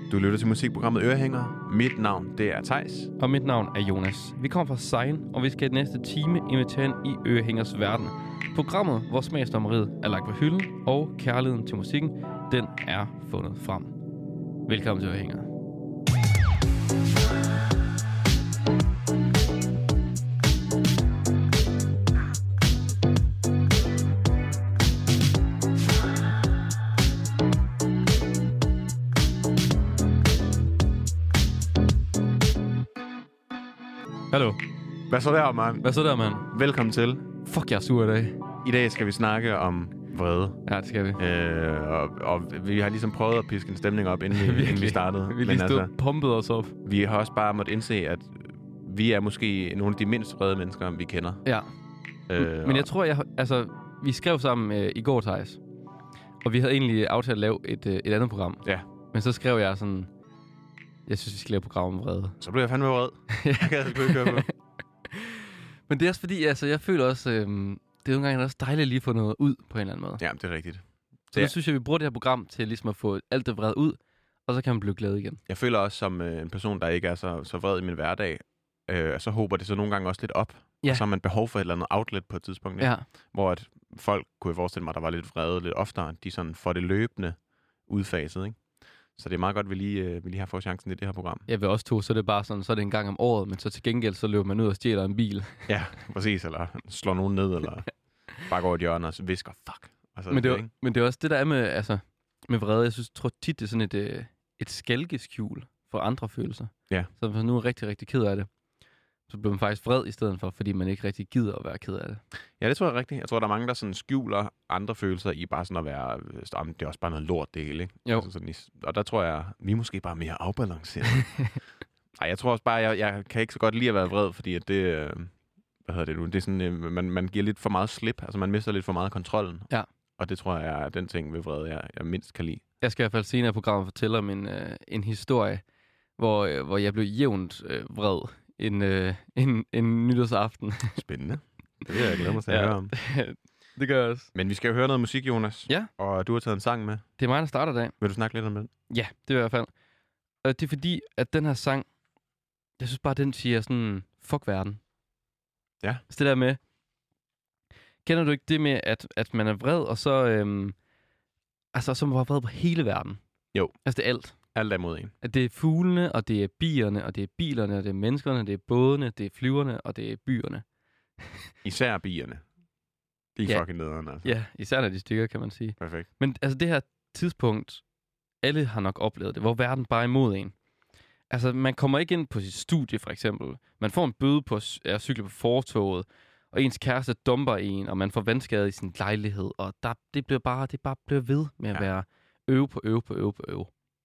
Du lytter til musikprogrammet Ørehænger. Mit navn, det er Theis. Og mit navn er Jonas. Vi kommer fra Sein, og vi skal i næste time invitere ind i Ørehængers verden. Programmet, hvor smagsdommeriet er lagt på hylden, og kærligheden til musikken, den er fundet frem. Velkommen til Ørehænger. Hallo. Hvad så der, mand? Hvad så der, mand? Velkommen til. Fuck, jeg er sur i dag. I dag skal vi snakke om vrede. Ja, det skal vi. Og vi har ligesom prøvet at piske en stemning op, inden vi startede. Vi lige stod pumpet os op. Vi har også bare måttet indse, at vi er måske nogle af de mindst vrede mennesker, vi kender. Ja. Men jeg tror, vi skrev sammen i går, Theis. Og vi havde egentlig aftalt at lave et andet program. Ja. Men så skrev jeg sådan... Jeg synes, vi skal lave program om vrede. Så blev jeg fandme vred. Jeg kan altså ikke køre på. Men det er også fordi, jeg føler også... det er nogle gange også dejligt lige at få noget ud på en eller anden måde. Ja, det er rigtigt. Så nu synes jeg, vi bruger det her program til ligesom at få alt det vrede ud, og så kan man blive glad igen. Jeg føler også som en person, der ikke er så vred i min hverdag, så håber det så nogle gange også lidt op. Ja. Og så har man behov for et eller andet outlet på et tidspunkt. Ja. Hvor at folk, kunne jeg forestille mig, der var lidt vrede lidt oftere, de sådan får det løbende udfaset, ikke? Så det er meget godt, at vi lige har fået chancen i det her program. Jeg vil også tro, så er det bare sådan, så er det en gang om året, men så til gengæld, så løber man ud og stjæler en bil. Ja, præcis. Eller slår nogen ned, eller bare går et hjørne og visker, fuck. Altså, men det er også det, der er med vrede. Jeg tror tit, det er sådan et skalkeskjul for andre følelser. Ja. Så hvis man nu er rigtig, rigtig ked af det, så bliver man faktisk vred i stedet for, fordi man ikke rigtig gider at være ked af det. Ja, det tror jeg rigtigt. Jeg tror, der er mange, der sådan skjuler andre følelser i bare sådan at være... Det er også bare noget lort, det hele, ikke? Jo. Altså sådan, og der tror jeg, vi er måske bare mere afbalanceret. Ej, jeg tror også bare, jeg kan ikke så godt lide at være vred, fordi at det... Hvad hedder det nu? Det er sådan, man giver lidt for meget slip. Altså, man mister lidt for meget kontrollen. Ja. Og det tror jeg er den ting ved vrede, jeg mindst kan lide. Jeg skal i hvert fald senere i programmet fortælle om en historie, hvor jeg blev jævnt vred en nytårsaften. Spændende. Det vil jeg glæde mig til at høre om. Det gør jeg også. Men vi skal jo høre noget musik, Jonas. Ja. Og du har taget en sang med. Det er mig, der starter dagen. Vil du snakke lidt om den? Ja, det vil jeg i hvert fald. Og det er fordi, at den her sang, jeg synes bare, den siger sådan, fuck verden. Ja. Så det der med, kender du ikke det med, at man er vred, og så så man var vred på hele verden? Jo. Altså det er alt. Alt er mod en. At det er fuglene, og det er bierne, og det er bilerne, og det er menneskerne, det er bådene, det er flyverne, og det er byerne. Især bierne. De er fucking nederen, altså. Ja, især når de stykker, kan man sige. Perfekt. Men altså det her tidspunkt, alle har nok oplevet det, hvor verden bare er imod en. Altså man kommer ikke ind på sit studie, for eksempel. Man får en bøde på at cykle på fortoget, og ens kæreste dumper en, og man får vandskade i sin lejlighed, og det bare bliver ved med at være øve på øve.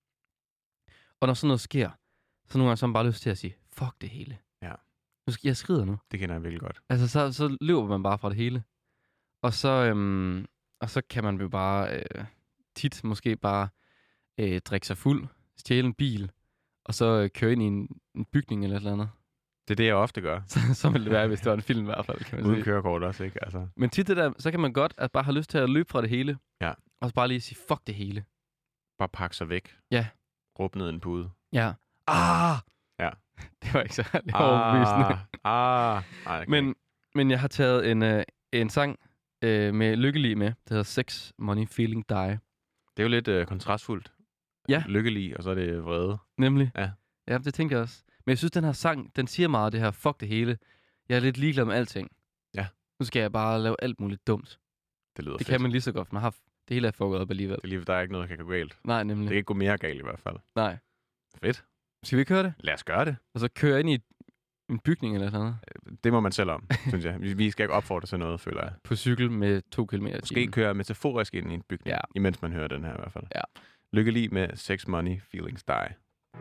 Og når sådan noget sker, så nogle gange så har man bare lyst til at sige, fuck det hele. Ja. Jeg skrider nu. Det kender jeg virkelig godt. Altså, så løber man bare fra det hele. Og så kan man jo bare tit måske bare drikke sig fuld, stjæle en bil, og så køre ind i en bygning eller et eller andet. Det er det, jeg ofte gør. Så vil det være, hvis det var en film i hvert fald, kan man sige. Uden kørekort også, ikke? Altså. Men tit det der, så kan man godt bare have lyst til at løbe fra det hele. Ja. Og så bare lige sige, fuck det hele. Bare pakke sig væk. Ja. Råb ned en pude. Ja. Ja. Det var ikke så overbevisende. Okay. Men jeg har taget en sang med Lykkelig med. Det hedder Sex, Money, Feeling, Die. Det er jo lidt kontrastfuldt. Ja. Lykkelig, og så er det vrede. Nemlig. Ja. Ja, det tænker jeg også. Men jeg synes, den her sang, den siger meget det her, fuck det hele. Jeg er lidt ligeglad med alting. Ja. Nu skal jeg bare lave alt muligt dumt. Det lyder fedt. Det kan man lige så godt, man har det hele er fucket op alligevel. Der er ikke noget, der kan gå galt. Nej, nemlig. Det kan ikke gå mere galt i hvert fald. Nej. Fedt. Skal vi ikke høre det? Lad os gøre det. Og så køre ind i en bygning eller sådan noget. Det må man selv om, synes jeg. Vi skal ikke opfordre til noget, føler jeg. På cykel med 2 km. Måske køre metaforisk ind i en bygning, imens man hører den her i hvert fald. Ja. Lykkelig med Sex, Money, Feelings, Die.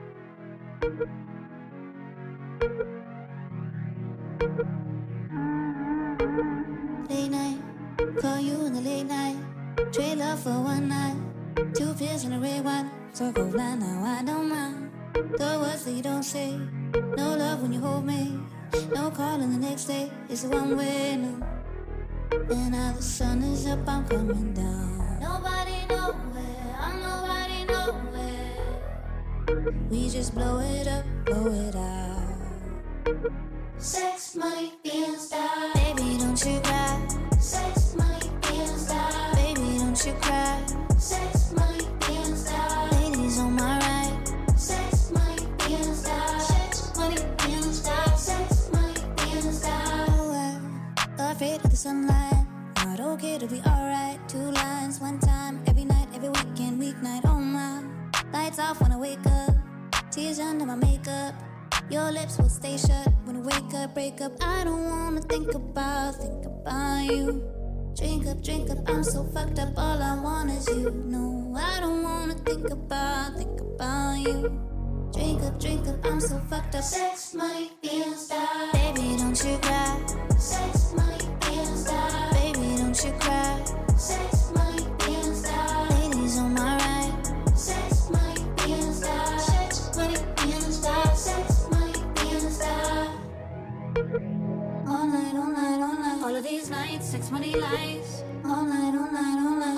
Late night, call you in the late night. Trade love for one night. 2 pills and a red wine. So go blind now, I don't mind. The words that you don't say. No love when you hold me. No call in the next day. It's a one way, no. And now the sun is up, I'm coming down. Nobody nowhere, I'm nobody nowhere. We just blow it up, blow it out. Sex, money, being style. Baby, don't you cry. Sex, money, being style. Baby, don't you cry. Sex, money, being style. Ladies on my right. Sex, money, being style. Sex, money, being style. Sex, money, being style. Oh, I'm afraid of the sunlight. Not okay to be alright. 2 lines, 1 time, every night, every weekend, weeknight. Oh my, lights off when I wake up. Tears under my makeup. Your lips will stay shut when I wake up, break up. I don't wanna think about you. Drink up, I'm so fucked up. All I want is you. No, I don't wanna think about you. Drink up, I'm so fucked up. Sex, money, being style. Baby, don't you cry. Sex, money, being style. Baby, don't you cry. Sex, money, being style. Ladies on my right. Sex, money, being style. Sex, money, being style. Sex, money, being style. All night, all night, all night. All of these nights, sex, money, lies. All night, all night, all night.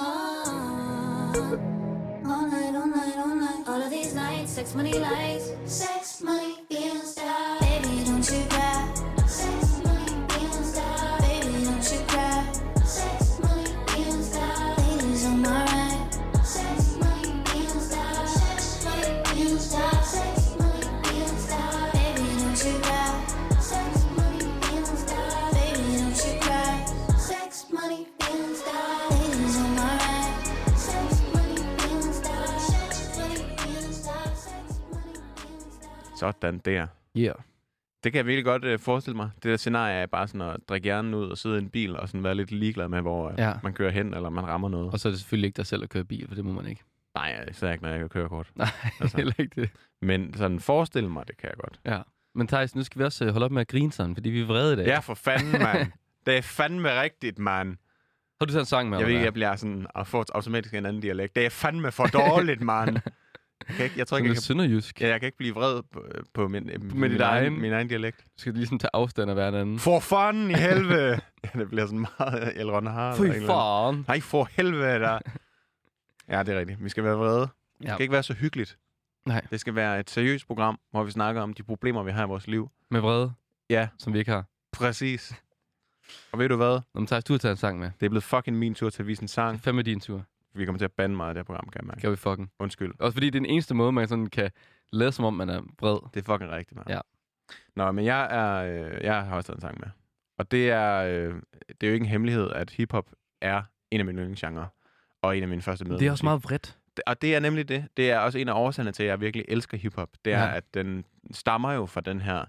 All night, all night, all night. All of these nights, sex, money, lies. Sex, money, being style. Baby, don't you cry. Sex, money, being style. Baby, don't you cry. Sex, money, being style. Ladies on my right. Sex, money, being style. Sex, money, being style. Sex, money, being style. Baby, don't you cry. Sex, money, being style. Baby, don't you cry. Sex, money, being style. Ladies on my right. Sex, money, being style. Sex, money, being style. Sex, money, being style. Sådan der. Yeah. Det kan jeg virkelig godt forestille mig. Det der scenarie er bare sådan at drikke hjernen ud og sidde i en bil og sådan være lidt ligeglad med, hvor man kører hen, eller man rammer noget. Og så er det selvfølgelig ikke dig selv at køre bil, for det må man ikke. Nej, så er jeg ikke, når jeg kan køre kort. Nej, altså. Heller ikke det. Men sådan forestille mig, det kan jeg godt. Ja. Men Thijs, nu skal vi også holde op med at grine sådan, fordi vi er vrede i dag. Ja, for fanden, mand. Det er fandme rigtigt, mand. Har du taget en sang med? Jeg ved ikke, jeg bliver sådan og får automatisk en anden dialekt. Det er fandme for dårligt, mand. Jeg tror ikke, jeg kan... sønderjysk. Ja, jeg kan ikke blive vred på min egen dialekt. Du skal ligesom tage afstand af hverandre. For fanden i helvede! Ja, det bliver sådan meget Elrond Har. Fy fanden! Nej, for helvede der. Ja, det er rigtigt. Vi skal være vrede. Det skal ikke være så hyggeligt. Nej. Det skal være et seriøst program, hvor vi snakker om de problemer, vi har i vores liv. Med vrede? Ja. Som vi ikke har. Præcis. Og ved du hvad? Nå, men Thijs, du har taget en sang med. Det er blevet fucking min tur til at vise en sang. Fem med din tur. Vi kommer til at bande meget af det her program, kan jeg mærke. Kan vi fucking. Undskyld. Også fordi det er den eneste måde, man sådan kan lade som om, man er vred. Det er fucking rigtigt, man. Ja. Nå, men jeg har også taget en sang med. Og det er jo ikke en hemmelighed, at hiphop er en af mine yndlingsgenre. Og en af mine første medlemmer. Det er også meget vredt. Og det er nemlig det. Det er også en af årsagerne til, at jeg virkelig elsker hiphop. Det er, at den stammer jo fra den her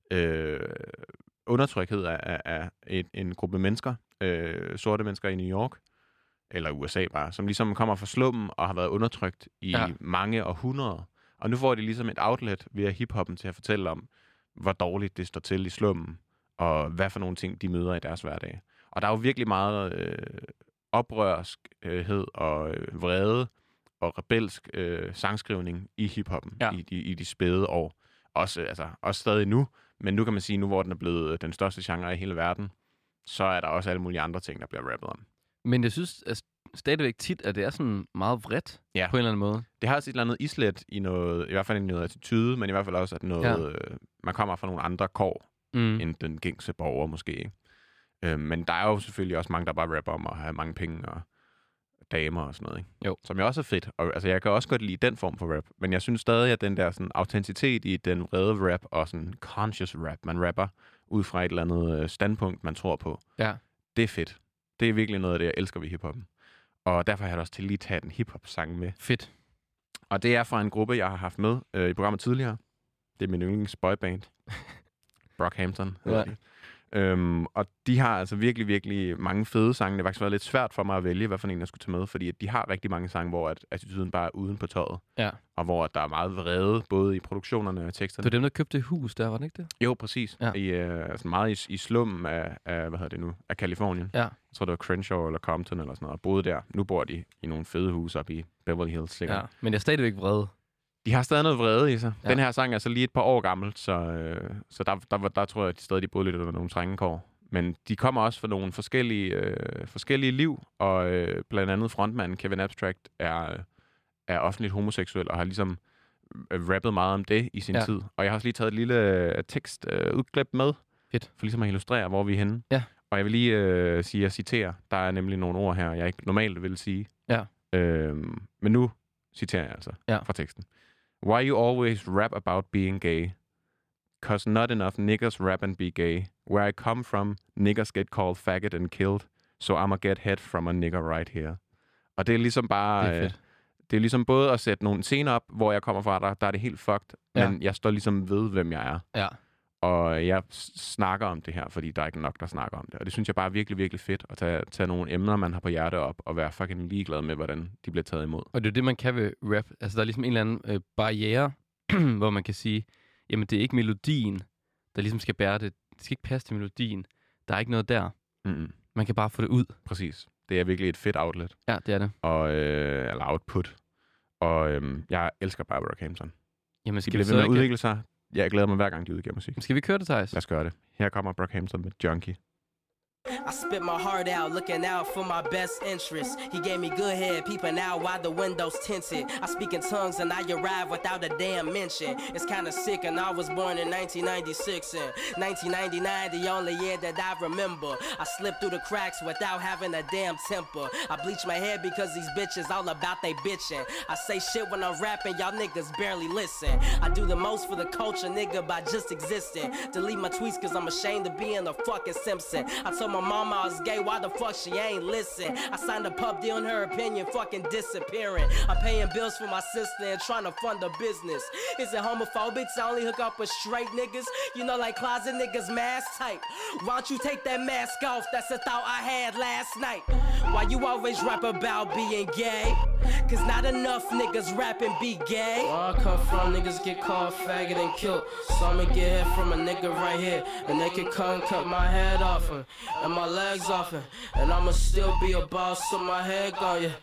undertrykthed af en gruppe mennesker, sorte mennesker i New York, eller USA bare, som ligesom kommer fra slummen og har været undertrykt i mange århundreder. Og nu får de ligesom et outlet via hiphoppen til at fortælle om, hvor dårligt det står til i slummen, og hvad for nogle ting de møder i deres hverdag. Og der er jo virkelig meget oprørskhed og vrede og rebelsk sangskrivning i hiphoppen i de spæde år. Også stadig nu, men nu kan man sige, nu hvor den er blevet den største genre i hele verden, så er der også alle mulige andre ting, der bliver rappet om. Men jeg synes stadigvæk tit, at det er sådan meget vredt på en eller anden måde. Det har også et eller andet islet i noget, i hvert fald i noget attitude, men i hvert fald også, at noget, man kommer fra nogle andre kår, end den gængse borger måske. Ikke? Men der er jo selvfølgelig også mange, der bare rapper om at have mange penge og damer og sådan noget, ikke? Jo. Som jo også er fedt. Og, altså, jeg kan også godt lide den form for rap, men jeg synes stadig, at den der sådan autenticitet i den vrede rap og sådan conscious rap, man rapper ud fra et eller andet standpunkt, man tror på, det er fedt. Det er virkelig noget af det, jeg elsker ved hiphoppen. Og derfor har jeg også til lige taget en hiphop-sang med. Fedt. Og det er fra en gruppe, jeg har haft med i programmet tidligere. Det er min yndlings boyband. Brockhampton hedder de. Og de har altså virkelig, virkelig mange fede sange. Det har faktisk været lidt svært for mig at vælge, hvad for en jeg skulle tage med, fordi de har rigtig mange sange, hvor at attituden bare er uden på tøjet. Ja. Og hvor der er meget vrede, både i produktionerne og teksterne. Det var dem, der købte et hus der, var det ikke det? Jo, præcis. Ja. Altså meget i slummen af af Californien. Ja. Jeg tror, det var Crenshaw eller Compton eller sådan noget, og boede der. Nu bor de i nogle fede huse op i Beverly Hills, sikkert. Ja, men jeg er stadigvæk vrede. De har stadig noget vrede i sig. Ja. Den her sang er så lige et par år gammel, så der tror jeg, at de stadig boede lidt under nogle trængekår. Men de kommer også fra nogle forskellige liv, og blandt andet frontmanden Kevin Abstract er offentligt homoseksuel, og har ligesom rappet meget om det i sin tid. Og jeg har også lige taget et lille tekstudklip med. Fedt. For ligesom at illustrere, hvor vi er henne. Ja. Og jeg vil lige sige, at jeg citerer. Der er nemlig nogle ord her, jeg ikke normalt vil sige. Ja. Men nu citerer jeg altså fra teksten. Why you always rap about being gay? 'Cause not enough niggas rap and be gay. Where I come from, niggas get called faggot and killed. So I'ma get head from a nigger right here. Og det er ligesom bare... Det er fedt. Det er ligesom både at sætte nogle scener op, hvor jeg kommer fra, der er det helt fucked, men jeg står ligesom ved, hvem jeg er. Ja. Og jeg snakker om det her, fordi der er ikke nok, der snakker om det. Og det synes jeg bare er virkelig, virkelig fedt at tage nogle emner, man har på hjertet op, og være fucking ligeglad med, hvordan de bliver taget imod. Og det er det, man kan ved rap. Altså, der er ligesom en eller anden barriere, hvor man kan sige, jamen, det er ikke melodien, der ligesom skal bære det. Det skal ikke passe til melodien. Der er ikke noget der. Mm-mm. Man kan bare få det ud. Præcis. Det er virkelig et fedt outlet. Ja, det er det. Og, eller output. Og jeg elsker bare Brockhampton. Jamen, de bliver ved med at udvikle sig. Jeg glæder mig hver gang, de udgiver musik. Skal vi køre det, Thijs? Lad os gøre det. Her kommer Brockhampton med Junkie. I spit my heart out, looking out for my best interests. He gave me good head, peeping out while the windows tinted. I speak in tongues and I arrive without a damn mention. It's kinda sick and I was born in 1996 and 1999 the only year that I remember. I slipped through the cracks without having a damn temper. I bleach my hair because these bitches all about they bitching. I say shit when I'm rapping, y'all niggas barely listen. I do the most for the culture, nigga, by just existing. Delete my tweets cause I'm ashamed of being a fucking Simpson. I told my mama I was gay, why the fuck she ain't listen? I signed a pub deal in her opinion, fucking disappearing. I'm paying bills for my sister and trying to fund a business. Is it homophobic to only hook up with straight niggas? You know, like closet niggas mask type. Why don't you take that mask off? That's a thought I had last night. Why you always rap about being gay? Cause not enough niggas rap and be gay. Where I come from, niggas get called faggot and killed. So I'ma get hit from a nigga right here. And they can come cut my head off and my legs off and I'ma still be a boss so my head gone, yeah.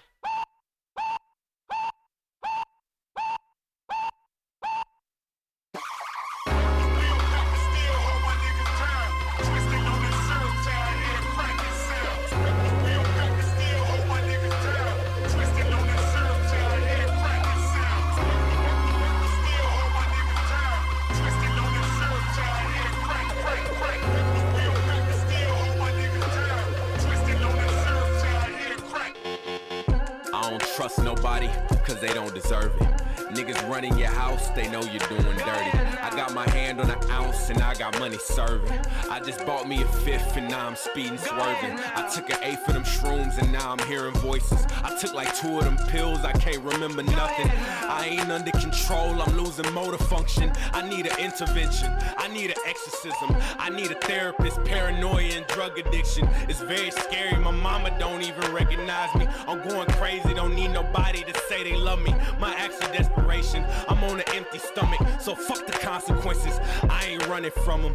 Trust nobody, cause they don't deserve it. Niggas running your house, they know you're doing dirty. I got my hand on an ounce and I got money serving. I just bought me a fifth and now I'm speeding, swerving. I took an eighth of them shrooms and now I'm hearing voices. I took like 2 of them pills, I can't remember nothing. I ain't under control, I'm losing motor function. I need an intervention, I need an exorcism. I need a therapist, paranoia and drug addiction. It's very scary, my mama don't even recognize me. I'm going crazy, don't need nobody to say they love me. My acts are desperation, I'm on an empty stomach, so fuck the consequences, I ain't running from them.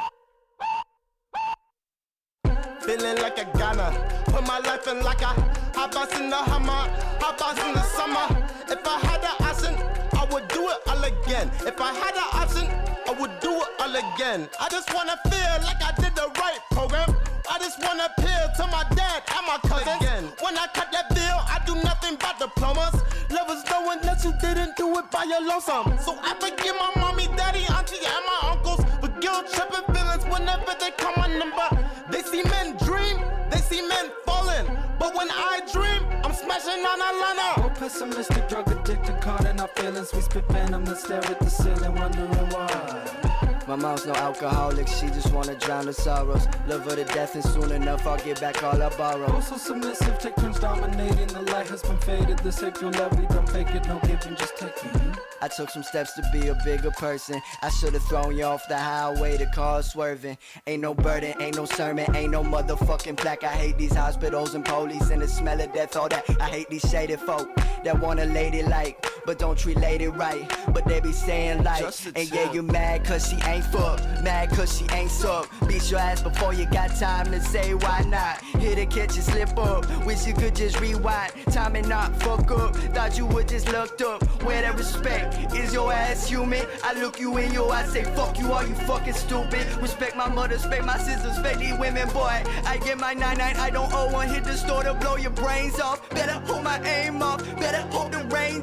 Feeling like a Ghana, put my life in like a hot box in the Hummer, hot box in the summer. If I had the option, I would do it all again. If I had the option, I would do it all again. I just wanna feel like I did the right program. I just wanna appeal to my dad and my cousin. When I cut that bill, I do nothing but diplomas. Lovers knowing that you didn't do it by your lonesome. So I forgive my mommy, daddy, auntie, and my uncles for guilt tripping feelings whenever they call my number. They see men dream, they see men falling. But when I dream, I'm smashing on a liner. Oh, pessimistic, drug addicted, caught in our feelings. We spit venom, then stare at the ceiling, wondering why. My mom's no alcoholic, she just wanna drown her sorrows. Love her to death and soon enough I'll get back all I borrow. Also submissive, take turns dominating, the light has been faded. This April love, we don't fake it, no giving, just taking. I took some steps to be a bigger person. I should've thrown you off the highway, the car swerving. Ain't no burden, ain't no sermon, ain't no motherfucking plaque. I hate these hospitals and police and the smell of death, all that. I hate these shaded folk that want a lady like, but don't treat lady right. But they be saying like, and yeah, you mad cause she ain't fucked, mad cause she ain't sucked. Beat your ass before you got time to say why not. Hit a catch and slip up, wish you could just rewind. Time and not fuck up, thought you would just looked up. Where that respect, is your ass human? I look you in your eyes, say fuck you, are you fucking stupid? Respect my mother, respect my sisters, respect these women, boy. I get my 99, I don't owe one, hit the store to blow your brains off. Better hold my aim off, better hold the range off.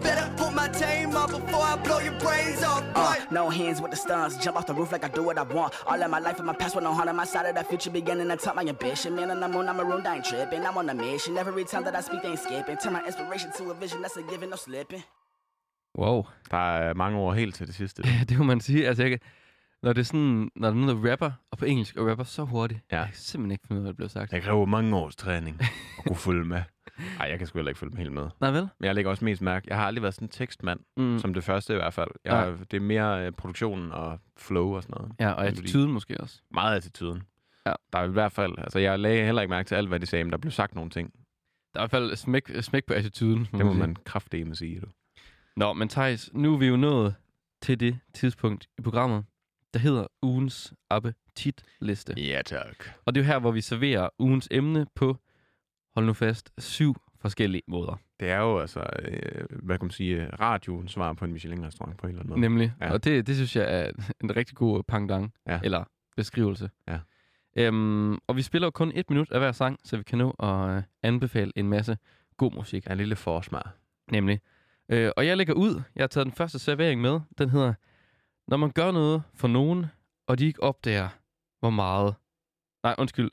better put my team up before I blow your brains off. No hands with the stunts, jump off the roof like I do what I want. All of my life and my past with no heart on my side of the future, beginning to top my ambition. Man on the moon, I'm marooned, I ain't tripping. I'm on a mission. Every time that I speak, they ain't skipping. Turn my inspiration to a vision, that's a given, no slipping. Wow. Der er mange ord helt til det sidste. Det må man sige. Altså, når det er sådan, når der er nogen, der rapper, og på engelsk, og rapper så hurtigt, Ja. jeg kan simpelthen ikke finde ud af, hvad der blev sagt. Jeg kræver mange års træning at kunne følge med. Nej, jeg kan sgu heller ikke følge helt med. Nej vel? Men jeg lægger også mest mærke. Jeg har aldrig været sådan en tekstmand, som det første i hvert fald. Det er mere produktionen og flow og sådan noget. Ja, og attituden måske også. Meget attituden. Ja. Der er i hvert fald... Altså, jeg lagde heller ikke mærke til alt, hvad de sagde, men der blev sagt nogle ting. Der er i hvert fald smæk på attituden. Det må man kraftedeme sige, du. Nå, men Theis, nu er vi jo nået til det tidspunkt i programmet, der hedder ugens appetitliste. Ja, tak. Og det er jo her, hvor vi serverer ugens emne på, hold nu fast, 7 forskellige måder. Det er jo altså, hvad kan man sige, radioen svar på en Michelin-restaurant på en eller anden måde. Nemlig. Ja. Og det synes jeg er en rigtig god pendant, eller beskrivelse. Ja. Og vi spiller jo kun 1 minut af hver sang, så vi kan nå at anbefale en masse god musik. Ja, en lille forsmag. Nemlig. Og jeg lægger ud, jeg har taget den første servering med, den hedder, når man gør noget for nogen, og de ikke opdager, hvor meget... Nej, undskyld.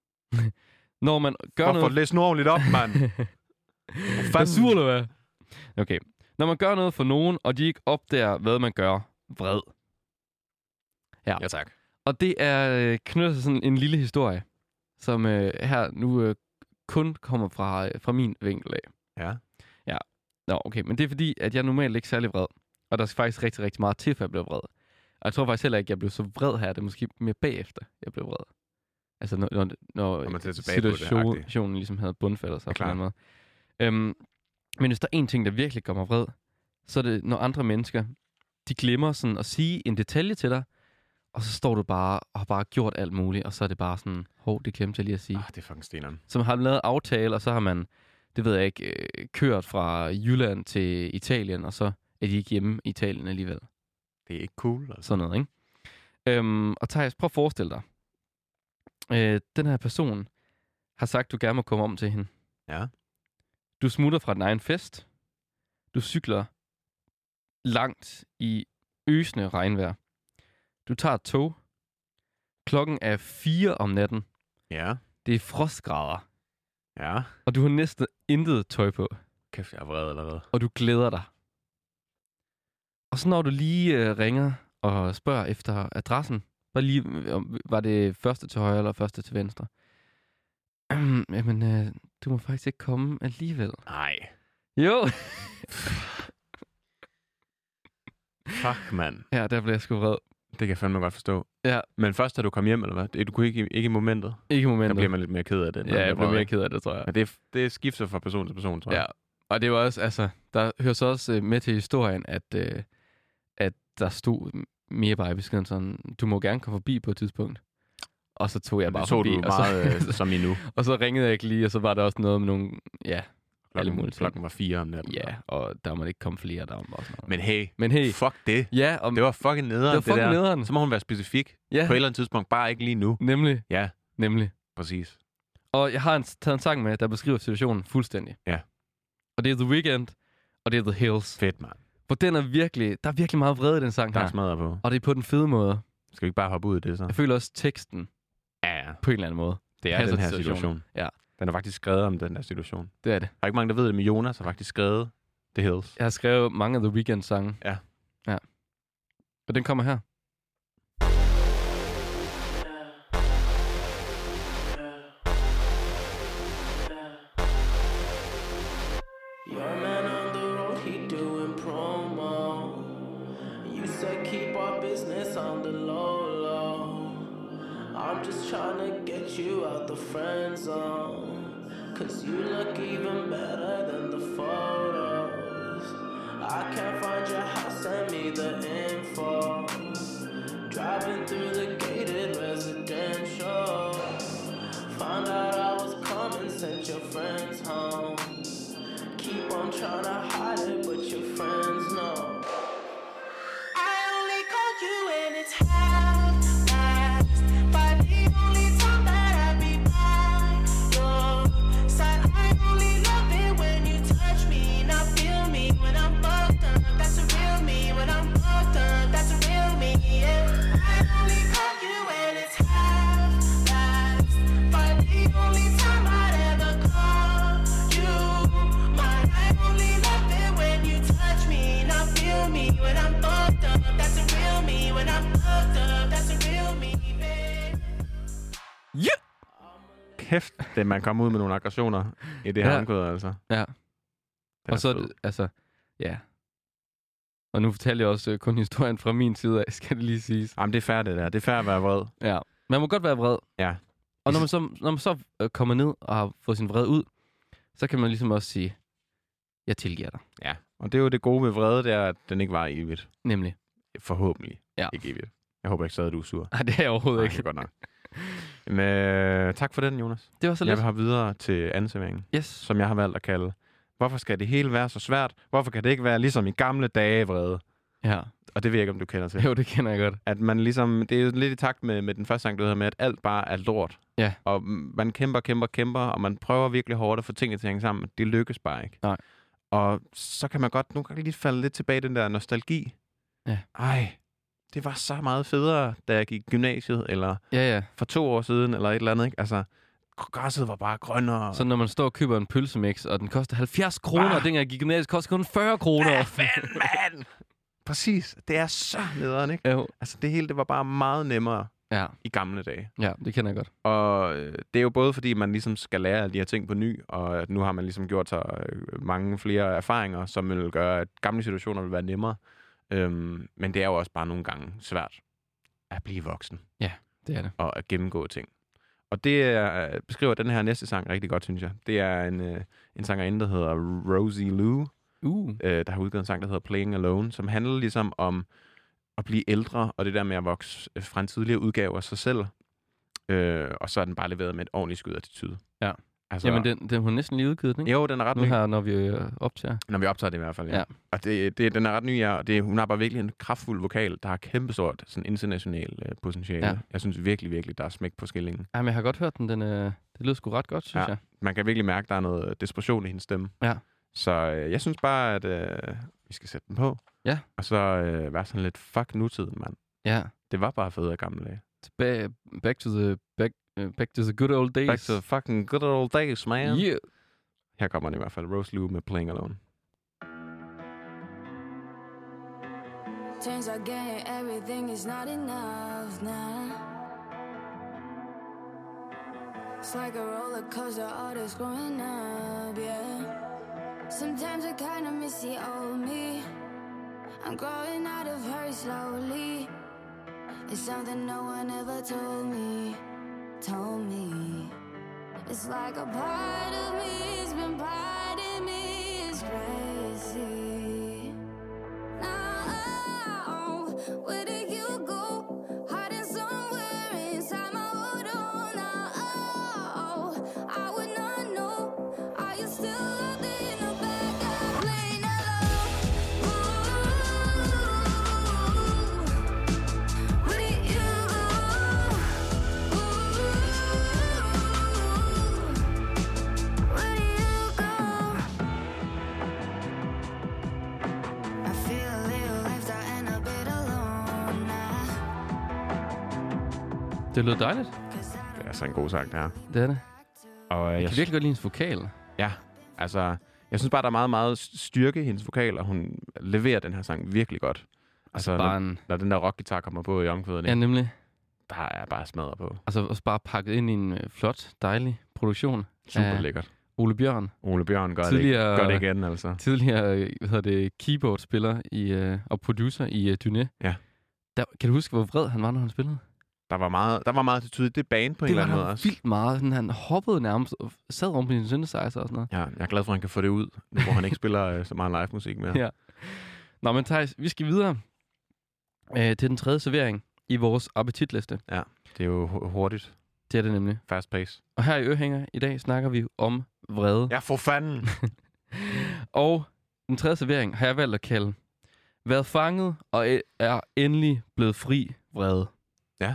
Når man gør noget... Hvorfor læs nu ordentligt op, mand? Hvad sur eller hvad? Okay. Når man gør noget for nogen, og de ikke opdager, hvad man gør, vred. Ja, tak. Og det er knyttet til sådan en lille historie, som her nu kun kommer fra min vinkel af. Ja. Ja. Nå, okay. Men det er fordi, at jeg normalt ikke er særlig vred. Og der er faktisk rigtig, rigtig meget til, for jeg blev vred. Og jeg tror faktisk heller ikke, at jeg blev så vred her. Det er måske mere bagefter, jeg blev vred. Altså, når man situationen ligesom havde bundfaldet sig på en måde. Men hvis der er en ting, der virkelig gør mig vred, så er det, når andre mennesker, de glemmer sådan at sige en detalje til dig, og så står du bare og har bare gjort alt muligt, og så er det bare sådan, det glemte jeg lige at sige. Det er fucking steneren. Så man har lavet aftale, og så har man, det ved jeg ikke, kørt fra Jylland til Italien, og så er de ikke hjemme i Italien alligevel. Det er ikke cool, altså. Sådan noget, ikke? Og Theis, prøv at forestille dig. Den her person har sagt, du gerne må komme om til hende. Ja. Du smutter fra din egen fest. Du cykler langt i øsende regnvejr. Du tager et tog. Klokken er 4 om natten. Ja. Det er frostgrader. Ja. Og du har næsten intet tøj på. Kæft, jeg er vred allerede. Og du glæder dig. Og så når du lige ringer og spørger efter adressen, var det første til højre eller første til venstre? Jamen, du må faktisk ikke komme alligevel. Nej. Jo. Fuck, mand. Ja, der blev jeg sgu vred. Det kan jeg fandme godt forstå. Ja. Men først, da du kom hjem, eller hvad? Du kunne ikke i momentet? Ikke i momentet. Der bliver man lidt mere ked af det. Ja, jeg bliver mere ked af det, tror jeg. Men det skifter fra person til person, tror jeg. Ja, og det var også, altså, der hører så også med til historien, at der stod mere bare i beskeden sådan, du må gerne komme forbi på et tidspunkt. Og så tog jeg bare forbi. Det tog du meget som i nu. Og så ringede jeg ikke lige, og så var der også noget med nogle, Klokken var 4 om natten. Ja, og der må ikke komme flere, der var også noget. Men hey, fuck det. Ja, det var fucking nederen, det der. Nederen. Så må hun være specifik. Ja. På et eller andet tidspunkt, bare ikke lige nu. Nemlig. Ja. Nemlig. Præcis. Og jeg har taget en sang med, der beskriver situationen fuldstændig. Ja. Og det er The Weeknd, og det er The Hills. Fedt, mand. For der er virkelig meget vrede i den sang her. Der er smadret på. Og det er på den fede måde. Skal vi ikke bare hoppe ud i det så? Jeg føler også teksten på en eller anden måde. Det er den her situation. Ja. Den er faktisk skrevet om den der situation. Det er det. Der er ikke mange, der ved det, men Jonas har faktisk skrevet The Hills. Jeg har skrevet mange af The Weeknd-sange. Ja. Og den kommer her. Your man on the road, he doing promo. You said keep our business on the low, low. I'm just trying to get you out the friend zone. 'Cause you look even better than the photos. I can't find your house, send me the info. Driving through the gated residential. Found out I was coming, sent your friends home. Keep on trying to hide it, but your friends know. I only call you when it's half-past, but the only time that I be by your side. I only love it when you touch me, not feel me when I'm by. kæft, det man kommer ud med nogle aggressioner i det her omkvæd, altså. Ja. Og så, altså, ja. Og nu fortæller jeg også kun historien fra min side af, skal det lige siges. Jamen, det er fair, det der. Det er fair at være vred. Ja. Man må godt være vred. Ja. Og når man så kommer ned og har fået sin vrede ud, så kan man ligesom også sige, jeg tilgiver dig. Ja, og det er jo det gode ved vrede, det er, at den ikke var evigt. Nemlig. Forhåbentlig. Ja. Ikke evigt. Jeg håber ikke stadig, du er sur. Nej, det er jeg overhovedet ikke. Det er godt nok. Men, tak for den, Jonas. Det var så lidt. Jeg vil have videre til andenserveringen, som jeg har valgt at kalde, hvorfor skal det hele være så svært? Hvorfor kan det ikke være ligesom i gamle dage vrede? Ja. Og det ved jeg ikke, om du kender til. Jo, det kender jeg godt. At man ligesom, det er jo lidt i takt med den første sang, du havde med, at alt bare er lort. Ja. Og man kæmper, og man prøver virkelig hårdt at få tingene til at hænge sammen. Det lykkes bare ikke. Nej. Og så kan man godt nogle gange lige falde lidt tilbage i den der nostalgi. Ja. Ej, det var så meget federe, da jeg gik i gymnasiet, eller for 2 år siden, eller et eller andet, ikke? Altså, græsset var bare grønnere. Så når man står og køber en pølsemix, og den koster 70 kroner, og dengang jeg gik i gymnasiet, koster kun 40 kroner. Hvad fanden, mand? Præcis. Det er så nederen, ikke? Jo. Altså, det hele, det var bare meget nemmere i gamle dage. Ja, det kender jeg godt. Og det er jo både, fordi man ligesom skal lære alle de her ting på ny, og at nu har man ligesom gjort sig mange flere erfaringer, som vil gøre, at gamle situationer vil være nemmere. Men det er jo også bare nogle gange svært at blive voksen. Ja, det er det. Og at gennemgå ting. Og det beskriver den her næste sang rigtig godt, synes jeg. Det er en sangerinde, der hedder Rosie Lou, der har udgivet en sang, der hedder Playing Alone, som handler ligesom om at blive ældre, og det der med at vokse fra en tidligere udgave af sig selv. Og så er den bare leveret med et ordentligt skud attitude. Ja. Altså, jamen, den har næsten lige udgivet den, ikke? Jo, den er ret ny. Nu her, når vi optager. Når vi optager det i hvert fald, ja. Og den er ret ny, ja. Og hun har bare virkelig en kraftfuld vokal, der har kæmpestort sådan international potentiale. Ja. Jeg synes virkelig, virkelig, der er smæk på skillingen. Jamen, jeg har godt hørt den. Det lyder sgu ret godt, synes jeg. Man kan virkelig mærke, der er noget desperation i hendes stemme. Ja. Så jeg synes bare, at vi skal sætte den på. Ja. Og så være sådan lidt fuck nutiden, mand. Ja. Det var bare fedt af gamle dage. Back to the good old days. Back to the fucking good old days, man. Yeah. Her kommer den i hvert fald. Rose Lou med Playing Alone. Turns out getting everything is not enough now. It's like a roller coaster, all this growing up, yeah. Sometimes I kinda miss the old me. I'm growing out of her slowly. It's something no one ever told me. It's like a part of me has been part of me is crazy. Now, where did you go? Hiding somewhere inside my old home. Now, I would not know. Are you still out there in the back? I'm playing alone. Where did you Det lød dejligt. Det er så en god sang, det her. Det er det. Og jeg kan virkelig godt lide hendes vokal. Ja, altså, jeg synes bare, der er meget, meget styrke i hendes vokal, og hun leverer den her sang virkelig godt. Altså, når den der rockgitar kommer på i omkvædet, ja, nemlig. Der er bare smadret på. Altså også bare pakket ind i en flot, dejlig produktion. Super lækkert. Ole Bjørn. Ole Bjørn gør det igen, altså. Tidligere, keyboard-spiller og producer i Dyné. Ja. Kan du huske, hvor vred han var, når han spillede? Der var meget til tydeligt. Det er band på en eller anden måde også. Det var vildt meget. Han hoppede nærmest og sad oven på sin synthesizer og sådan noget. Ja, jeg er glad for, at han kan få det ud, nu hvor han ikke spiller så meget live-musik mere. Ja. Nå, men Theis, vi skal videre til den tredje servering i vores appetitliste. Ja, det er jo hurtigt. Det er det nemlig. Fast pace. Og her i Ørehænger i dag snakker vi om vrede. Ja, for fanden! Og den tredje servering har jeg valgt at kalde været fanget og er endelig blevet fri vrede. Ja.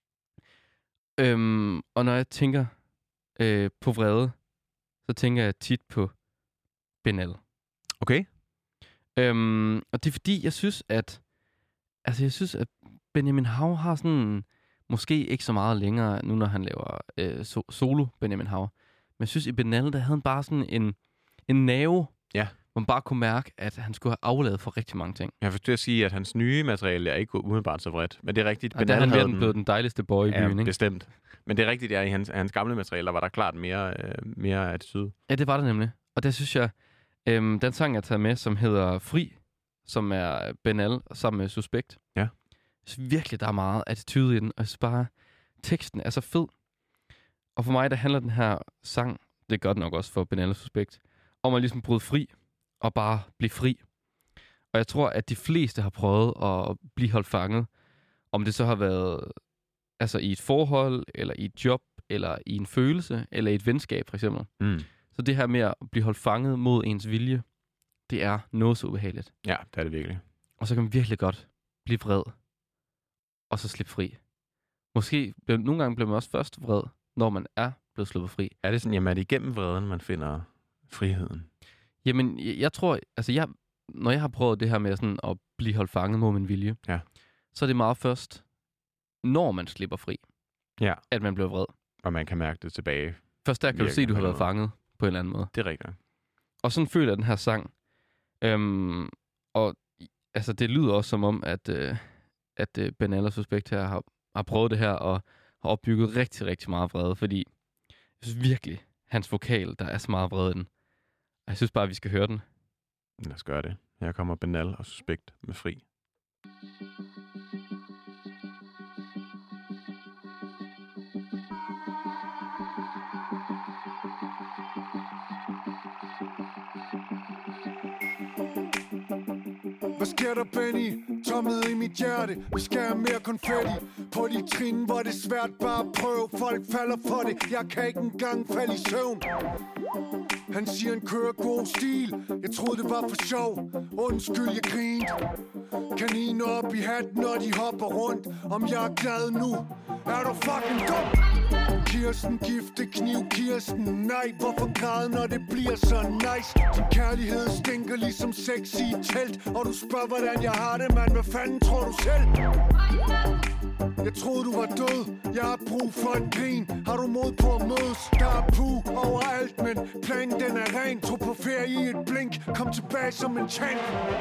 Og når jeg tænker på vrede, så tænker jeg tit på Benal. Okay. Og det er fordi, jeg synes, at Benjamin Hav har sådan, måske ikke så meget længere, nu når han laver solo Benjamin Hav. Men jeg synes, i Benal, der havde han bare sådan en nerve, man bare kunne mærke, at han skulle have afladet for rigtig mange ting. Jeg forsøger at sige, at hans nye materiale er ikke umiddelbart så vredt. Men det er rigtigt. Og der er han blevet den dejligste boy i byen, ikke? Bestemt. Men det er rigtigt, at i hans gamle materialer var der klart mere attitude. Ja, det var det nemlig. Og der synes jeg, den sang, jeg tager med, som hedder Fri, som er Benal sammen med Suspekt. Ja. Jeg synes virkelig, der er meget attitude i den, og jeg synes bare, teksten er så fed. Og for mig, der handler den her sang, det gør den nok også for Benal og Suspekt, om at ligesom bryde fri, og bare blive fri. Og jeg tror, at de fleste har prøvet at blive holdt fanget, om det så har været altså i et forhold, eller i et job, eller i en følelse, eller i et venskab, for eksempel. Mm. Så det her med at blive holdt fanget mod ens vilje, det er noget så ubehageligt. Ja, det er det virkelig. Og så kan man virkelig godt blive vred, og så slippe fri. Måske, nogle gange bliver man også først vred, når man er blevet sluppet fri. Er det sådan, jamen er det igennem vreden, man finder friheden? Jamen, jeg tror, altså når jeg har prøvet det her med sådan at blive holdt fanget mod min vilje, ja. Så er det meget først, når man slipper fri, ja. At man bliver vred. Og man kan mærke det tilbage. Først der kan du se, at du har været fanget på en eller anden måde. Det er rigtigt. Og sådan føler jeg den her sang. Og altså, det lyder også som om, at Benal og Suspekt her har prøvet det her og har opbygget rigtig, rigtig meget vrede, fordi jeg synes virkelig, hans vokal, der er så meget vrede i den. Og jeg synes bare, at vi skal høre den. Lad os gøre det. Her kommer Benal og Suspekt med Fri. Hvad sker der, Benny? Tommet i mit hjerte. Vi skal have mere konfetti. På de trin, hvor det er svært bare at prøve. Folk falder for det. Jeg kan ikke engang falde i søvn. Han siger, han kører god stil. Jeg troede, det var for sjov. Undskyld, jeg grinte. Kaniner op i hatten, når de hopper rundt. Om jeg er glad nu? Er du fucking dum? Kirsten, gifte kniv, Kirsten. Nej, hvorfor græde, når det bliver så nice? Din kærlighed stinker ligesom sex i et telt. Og du spørger, hvordan jeg har det, mand. Hvad fanden tror du selv? Jeg troede, du var død. Jeg har brug for et grin. Har du mod på at mødes? Der er puh overalt, men planen den er ren. Tog på ferie i et blink. Kom tilbage som en tank.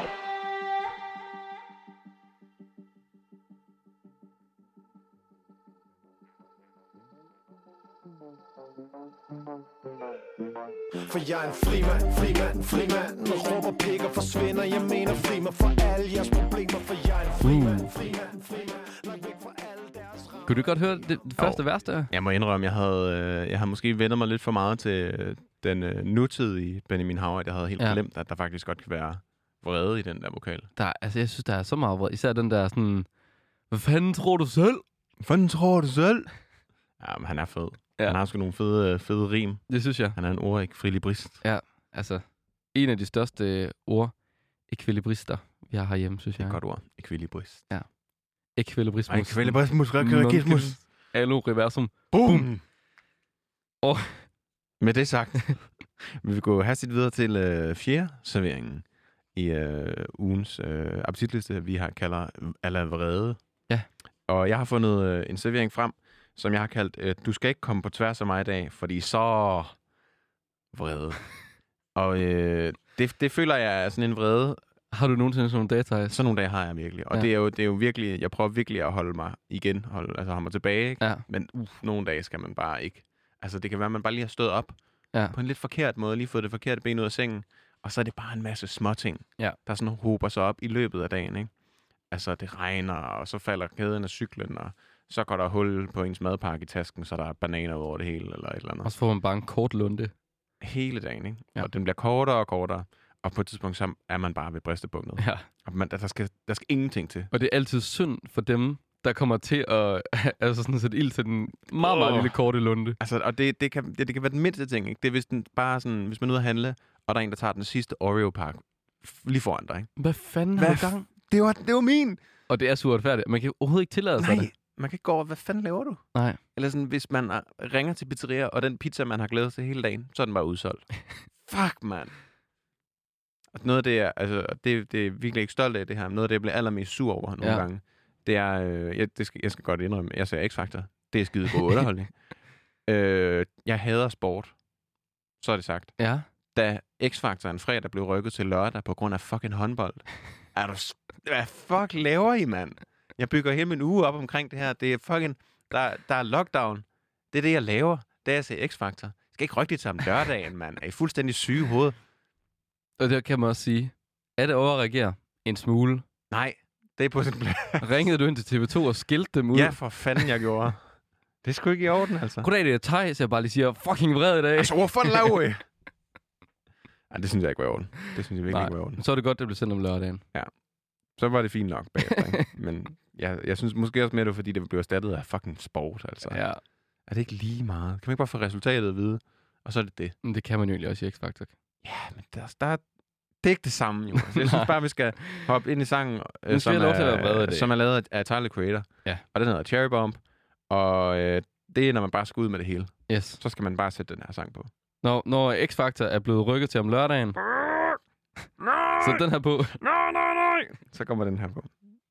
For jeg er en frimand. Når råber pik og forsvinder, jeg mener fri mig for alle jeres problemer. For jeg er en frimand. Langt væk fra alle deres rammer. Kunne du godt høre det første vers der? Jeg må indrømme, jeg havde måske vendt mig lidt for meget til den nutidige Benjamin Howard. Jeg havde helt glemt, at der faktisk godt kan være vrede i den der vokal. Jeg synes, der er så meget vrede. Især den der sådan, hvad fanden tror du selv? Hvad fanden tror du selv? Ja, men han er fed. Ja. Han har sgu nogle fede rim. Det synes jeg. Han er en ordekvilibrist. Ja, altså en af de største ordekvilibrister, vi har herhjemme, synes jeg. Det er et godt ord. Ekvilibrist. Ja. Ekvilibrismus. Ekvilibrismus. Allo reversum. Boom! Og med det sagt, vi vil gå hastigt videre til fjerde serveringen i ugens appetitliste, vi har kalder Alla vrede. Ja. Og jeg har fundet en servering frem, som jeg har kaldt, du skal ikke komme på tværs af mig i dag, fordi så vrede. Og det føler jeg er sådan en vrede. Har du nogensinde sådan nogle dage? Sådan nogle dage har jeg virkelig. Og det er jo virkelig, jeg prøver virkelig at holde mig igen, holde mig tilbage. Ikke? Ja. Men nogle dage skal man bare ikke. Altså det kan være, at man bare lige har stået op på en lidt forkert måde, lige fået det forkerte ben ud af sengen, og så er det bare en masse småting, der sådan hober sig op i løbet af dagen. Ikke? Altså det regner, og så falder kæden af cyklen, og så går der hul på ens madpakke i tasken, så der er bananer over det hele, eller et eller andet. Og så får man bare en kort lunde. Hele dagen, ikke? Ja. Og den bliver kortere og kortere, og på et tidspunkt så er man bare ved bristepunktet. Ja. Og der skal ingenting til. Og det er altid synd for dem, der kommer til at sådan sætte ild til den meget, meget lille korte lunde. Altså, og det kan være den mindste ting, ikke? Det er hvis man er ude at handle, og der er en, der tager den sidste Oreo-pakke lige foran dig, ikke? Hvad fanden har du gang? Det var min! Og det er så uretfærdigt. Man kan overhovedet ikke tillade sig det. Man kan ikke gå over, hvad fanden laver du? Nej. Eller sådan, hvis man ringer til pizzeria, og den pizza, man har glædet til hele dagen, så er den bare udsolgt. Fuck, mand. Og noget af det, det er virkelig ikke stolt af det her, noget af det, jeg bliver allermest sur over nogle gange, det er, jeg skal godt indrømme, jeg ser X-Factor. Det er skide god underholdning. Jeg hader sport. Så er det sagt. Ja. da X-Factor en fredag blev rykket til lørdag på grund af fucking håndbold. Hvad fuck laver I, mand? Jeg bygger hele min uge op omkring det her. Det er fucking... Der er lockdown. Det er det, jeg laver. Det er at se X-Factor. Jeg skal ikke rykke det til om lørdagen, mand. Er I fuldstændig syge i hovedet? Og det kan man også sige. Er det overreagere en smule? Nej, det er på sin plads. Ringede du ind til TV2 og skilte dem ud? Ja, for fanden, jeg gjorde. Det er sgu ikke i orden, altså. Goddag, det er Thijs. Jeg bare lige siger, fucking vred i dag. Altså, hvorfor laver I? Ej, det synes jeg ikke var i orden. Det synes jeg virkelig ikke var i orden. Så er det godt, det blev sendt om lørdagen. Ja. Så var det fint nok bagefter, ikke? Men jeg synes måske også mere, det var, fordi det blev erstattet af fucking sport, altså. Ja. Er det ikke lige meget? Kan man ikke bare få resultatet at vide? Og så er det det. Men det kan man jo egentlig også i X-Factor. Ja, men det er ikke det samme, jo. Jeg synes bare, vi skal hoppe ind i sangen, som er lavet af Tyler, Creator. Ja. Og den hedder Cherry Bomb. Og det er, når man bare skal ud med det hele. Yes. Så skal man bare sætte den her sang på. Når X-Factor er blevet rykket til om lørdagen, så den her på. Nej. Så kommer den her på.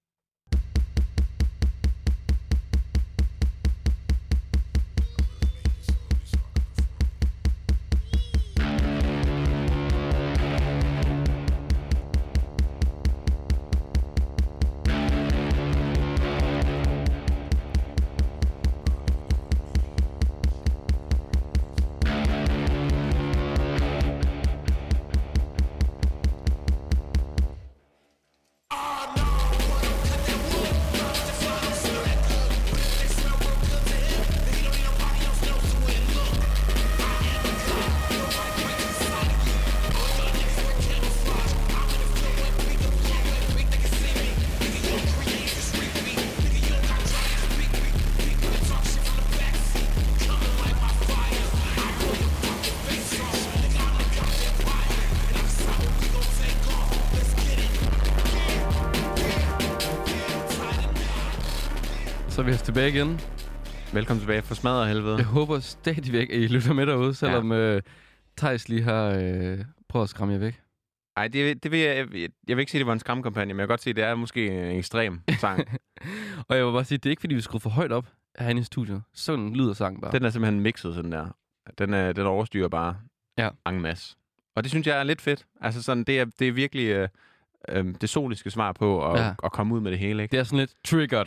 Så er vi tilbage igen. Velkommen tilbage for smadret helvede. Jeg håber stadigvæk, at I lytter med derude, selvom Thijs lige har prøvet at skræmme jer væk. Ej, det vil jeg vil ikke sige, det var en skræmmekampagne, men jeg kan godt sige, det er måske en ekstrem sang. Og jeg vil bare sige, det er ikke, fordi vi skruer for højt op herinde i studiet. Sådan lyder sangen bare. Den er simpelthen mixet sådan der. Den overstyrer bare en masse. Og det synes jeg er lidt fedt. Altså sådan, det er virkelig det soliske svar på at komme ud med det hele, ikke? Det er sådan lidt triggered.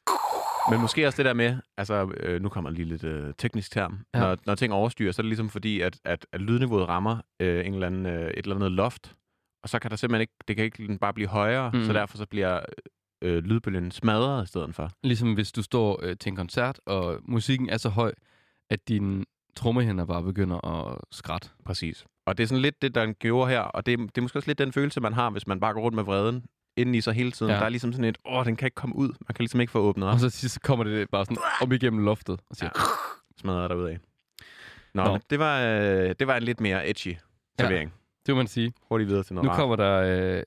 Men måske også det der med, altså nu kommer lige lidt teknisk term, når ting overstyrer, så er det ligesom fordi, at lydniveauet rammer et eller andet loft, og så kan der simpelthen ikke, det kan ikke bare blive højere, så derfor så bliver lydbølgen smadret i stedet for. Ligesom hvis du står til en koncert, og musikken er så høj, at dine trommehænder bare begynder at skrætte. Præcis. Og det er sådan lidt det, der gjorde her, og det er måske også lidt den følelse, man har, hvis man bare går rundt med vreden inden i sig hele tiden. Ja. Der er ligesom sådan et, den kan ikke komme ud. Man kan ligesom ikke få åbnet op. Og så kommer det bare sådan op igennem loftet og siger, smadrer derudad. Nå. Men det var en lidt mere edgy servering. Det må man sige. Hurtigt videre til noget nu kommer der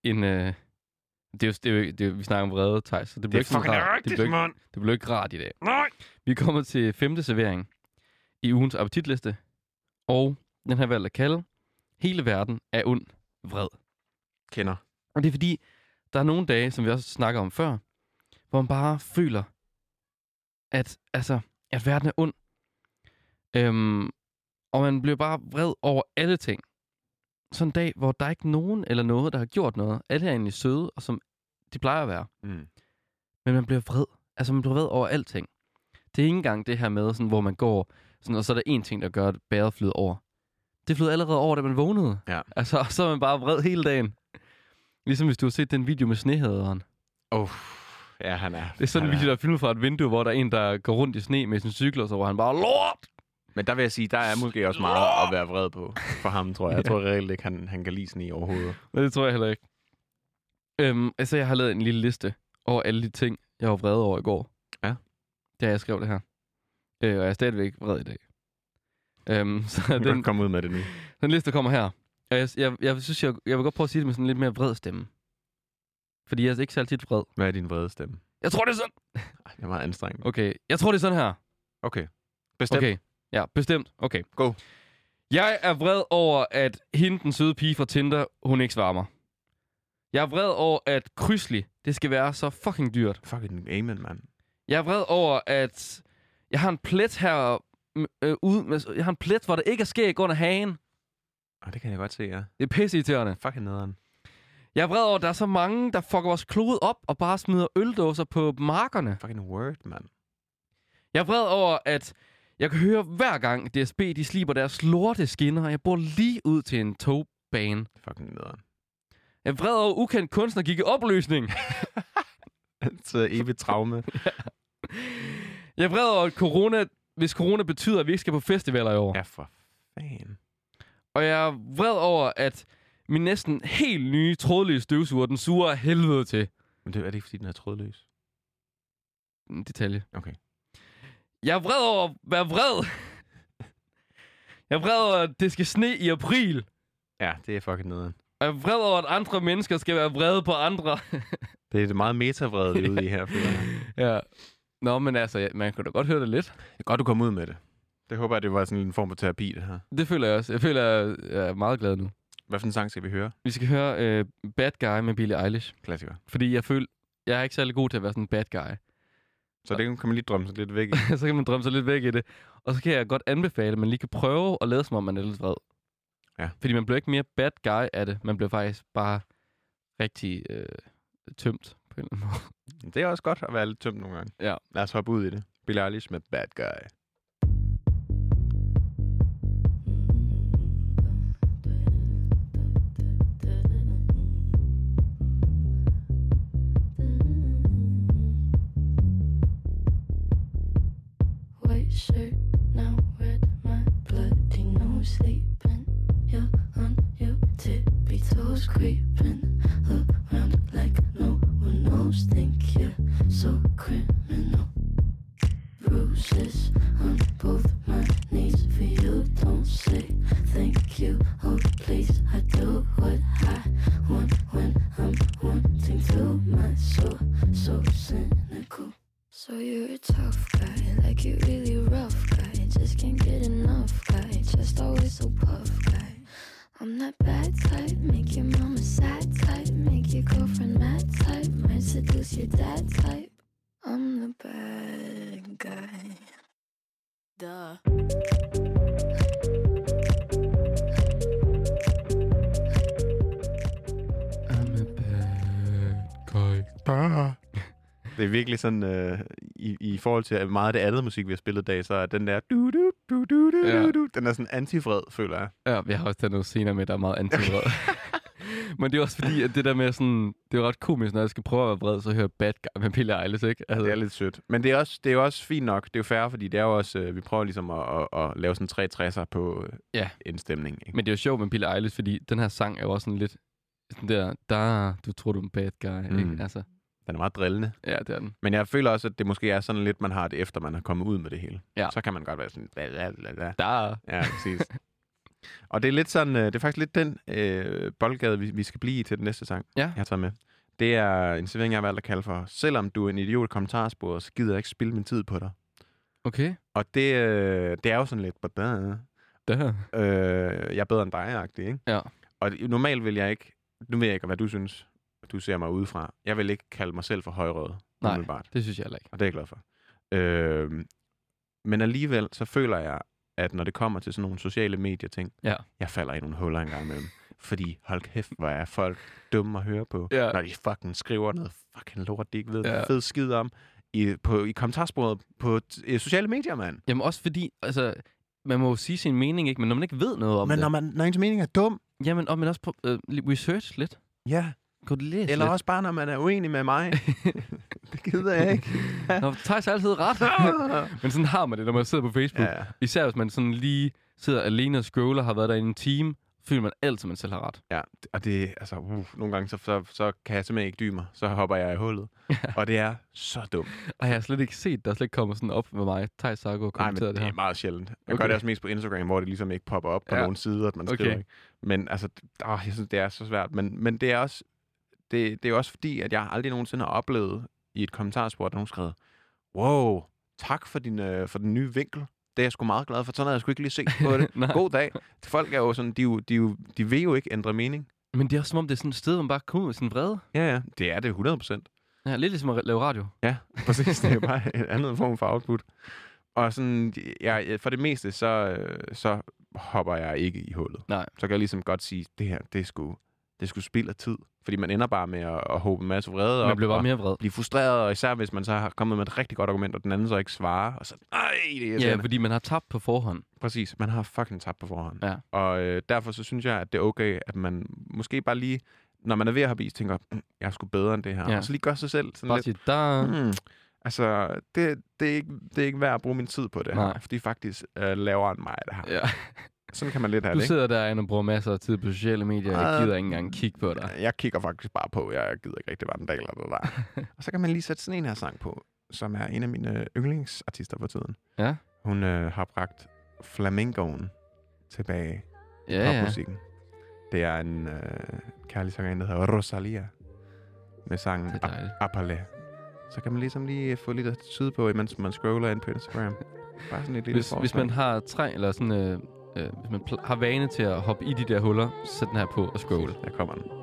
vi snakker om vrede, Thijs, så det bliver ikke rart. Det bliver ikke rart i dag. Nej! Vi kommer til 5. servering i ugens appetitliste, og den her valgt at kalde Hele verden er ond vred. Kender. Og det er fordi, der er nogle dage, som vi også snakker om før, hvor man bare føler, at verden er ond. Og man bliver bare vred over alle ting. Sådan en dag, hvor der er ikke nogen eller noget, der har gjort noget. Alle er egentlig søde, og som de plejer at være. Mm. Men man bliver vred. Altså, man bliver vred over alting. Det er ikke engang det her med, sådan, hvor man går, sådan, og så er der en ting, der gør, at bæret flyder over. Det flyder allerede over, da man vågnede. Ja. Altså, så er man bare vred hele dagen. Ligesom hvis du har set den video med snehaderen. Ja, han er. Det er sådan en video, der er filmet fra et vindue, hvor der er en, der går rundt i sne med sin cykel, og så hvor han bare lort! Men der vil jeg sige, der er måske også meget at være vred på for ham, tror jeg. Jeg tror reelt ikke, han kan lide sne overhovedet. Men det tror jeg heller ikke. Altså, jeg har lavet en lille liste over alle de ting, jeg var vred over i går. Ja. Da jeg skrev det her. Og jeg er stadigvæk vred i dag. Så den kommer ud med det nu. Den liste kommer her. Og jeg synes, jeg vil godt prøve at sige det med sådan en lidt mere vred stemme. Fordi jeg er ikke så altid vred. Hvad er din vrede stemme? Jeg tror, det er sådan. Det er meget anstrengende. Okay, jeg tror, det er sådan her. Okay. Bestemt. Okay. Ja, bestemt. Okay. Go. Jeg er vred over, at hende, den søde pige fra Tinder, hun ikke svarer mig. Jeg er vred over, at krydslig, det skal være så fucking dyrt. Fucking amen, mand. Jeg er vred over, at jeg har en plet her ude. Jeg har en plet, hvor der ikke er skæg under hagen. Det kan jeg godt se, ja. Det er pisseirriterende. Fucking nederen. Jeg er vred over, at der er så mange, der fucker vores klode op og bare smider øldåser på markerne. Fucking word, mand. Jeg er vred over, at jeg kan høre hver gang DSB, de sliber deres lorte skinner, og jeg bor lige ud til en togbane. Det er fucking nederen. Jeg er vred over, at ukendt kunstner gik i opløsning. Så evigt traume. Jeg er vred over, at hvis corona betyder, at vi ikke skal på festivaler i år. Ja, for fanden. Og jeg er vred over, at min næsten helt nye trådløse støvsuger, den suger af helvede til. Men det er det ikke, fordi den er trådløs? En detalje. Okay. Jeg er vred over at være vred. Jeg er vred over, at det skal sne i april. Ja, det er fucking nederen. Og jeg er vred over, at andre mennesker skal være vrede på andre. Det er det meget metavrede, vi er ude i her. Ja. Nå, men altså, man kan da godt høre det lidt. Det er godt, du kom ud med det. Det håber jeg, det var sådan en form for terapi, det her. Det føler jeg også. Jeg føler, jeg er meget glad nu. Hvad for en sang skal vi høre? Vi skal høre Bad Guy med Billie Eilish. Klassiker. Fordi jeg er ikke særlig god til at være sådan en bad guy. Så det kan man lige drømme sig lidt væk i. Så kan man drømme sig lidt væk i det. Og så kan jeg godt anbefale, at man lige kan prøve at lade som om, man er lidt vred. Ja. Fordi man bliver ikke mere bad guy af det. Man bliver faktisk bare rigtig tømt på en eller anden måde. Det er også godt at være lidt tømt nogle gange. Ja. Lad os hoppe ud i det. Billie Eilish med Bad Guy. Shirt now red, my bloody nose sleeping. You're on your tippy toes, creeping around like no one knows. Think you're so criminal. Bruises on both my knees for you. Don't say thank you. Oh please, I do what I want when I'm wanting to. My soul so cynical. So you're a tough guy, like you really rough guy. Just can't get enough guy, just always so puff guy. I'm that bad type, make your mama sad type, make your girlfriend mad type, might seduce your dad type. I'm the bad guy. Duh. I'm a bad guy. Det er virkelig sådan, i forhold til meget af det andet musik, vi har spillet i dag, så er den der den er sådan antifred, føler jeg. Ja, vi har også taget noget senere med, der er meget antifred. Men det er også fordi, at det der med sådan, det er ret komisk, når jeg skal prøve at være vred, så hører Bad Guy med Billie Eilish, ikke? Altså. Det er lidt sødt. Men det er jo også fint nok. Det er jo fair, fordi det er jo også, vi prøver ligesom at lave sådan 3 60'er på en stemning. Ikke? Men det er jo sjovt med Billie Eilish, fordi den her sang er jo også sådan lidt sådan der, du tror du er en bad guy, ikke? Altså. Den er meget drillende. Ja, det er den. Men jeg føler også, at det måske er sådan lidt, man har det efter, man har kommet ud med det hele. Ja. Så kan man godt være sådan... Der. Ja, præcis. Og det er lidt sådan... Det er faktisk lidt den boldgade, vi skal blive i til den næste sang, jeg har taget med. Det er en servering, jeg har valgt at kalde for: selvom du er en idiot i kommentarsporet, så gider jeg ikke spilde min tid på dig. Okay. Og det er jo sådan lidt... jeg er bedre end dig-agtig, ikke? Ja. Og normalt vil jeg ikke... Nu ved jeg ikke, hvad du synes. Du ser mig udefra. Jeg vil ikke kalde mig selv for højrød. Nej, umiddelbart. det synes jeg heller ikke. Og det er jeg glad for. Men alligevel, så føler jeg, at når det kommer til sådan nogle sociale medier-ting, jeg falder i nogle huller engang imellem. Fordi, hold kæft, hvor er folk dumme at høre på, når de fucking skriver noget fucking lort, de ikke ved fed skid om, i kommentarsporet på sociale medier, mand. Jamen også fordi, altså, man må jo sige sin mening, ikke? Men når man ikke ved noget om men det. Men når ens mening er dum. Jamen, og man også på research lidt. Ja. Eller lidt. Også bare, når man er uenig med mig. Det gider jeg ikke. Nå, Thijs er altid ret. Men sådan har man det, når man sidder på Facebook. Ja. Især hvis man sådan lige sidder alene og scroller, har været der i en time, føler man altid, man selv har ret. Ja, og det, altså, nogle gange, så kan jeg simpelthen ikke dybe mig. Så hopper jeg i hullet. Og det er så dumt. Og jeg har slet ikke set, der slet ikke kommer sådan op med mig. Thijs Sarko kommenteret det her. det er meget sjældent. Jeg gør det også mest på Instagram, hvor det ligesom ikke popper op på nogen sider, at man skriver. Ikke? Men altså, jeg synes, det er så svært. Men det er også... Det er også fordi, at jeg aldrig nogensinde har oplevet i et kommentarspor, at nogen skrev, wow, tak for den nye vinkel. Det er jeg sgu meget glad for. Sådan havde jeg sgu ikke lige set på det. God dag. Folk er jo sådan, de vil jo ikke ændre mening. Men det er også som om, det er sådan et sted, hvor man bare kommer med sådan vrede. Ja, det er det 100%. Ja, lidt ligesom at lave radio. Ja, præcis. Det er jo bare en anden form for output. Og sådan, for det meste, så hopper jeg ikke i hullet. Nej. Så kan jeg ligesom godt sige, det her, det er sgu spild af tid. Fordi man ender bare med at håbe en masse vrede op. Man bliver bare mere vred. Blive frustreret, og især hvis man så har kommet med et rigtig godt argument, og den anden så ikke svarer. Og så, det Ja, fordi man har tabt på forhånd. Præcis, man har fucking tabt på forhånd. Ja. Og derfor så synes jeg, at det er okay, at man måske bare lige, når man er ved at have vist, tænker, jeg er sgu bedre end det her. Ja. Og så lige gør sig selv sådan bare lidt. Sige, Altså, det er ikke værd at bruge min tid på det her, fordi faktisk laver end mig det her. Ja. Sådan kan man lidt have du det, sidder der og bruger masser af tid på sociale medier, og jeg gider ikke engang kigge på dig. Jeg kigger faktisk bare på, jeg gider ikke rigtig vandaler eller der. Og så kan man lige sætte sådan en her sang på, som er en af mine yndlingsartister for tiden. Ja. Hun har bragt flamencoen tilbage i Ja. popmusikken. Det er en kærlig sangerinde, der hedder Rosalia, med sangen Apale. Så kan man ligesom lige få lidt at tyde på, mens man scroller ind på Instagram. Bare sådan et lille hvis man har eller sådan, hvis man har vane til at hoppe i de der huller, sæt den her på og scroll. Der kommer den.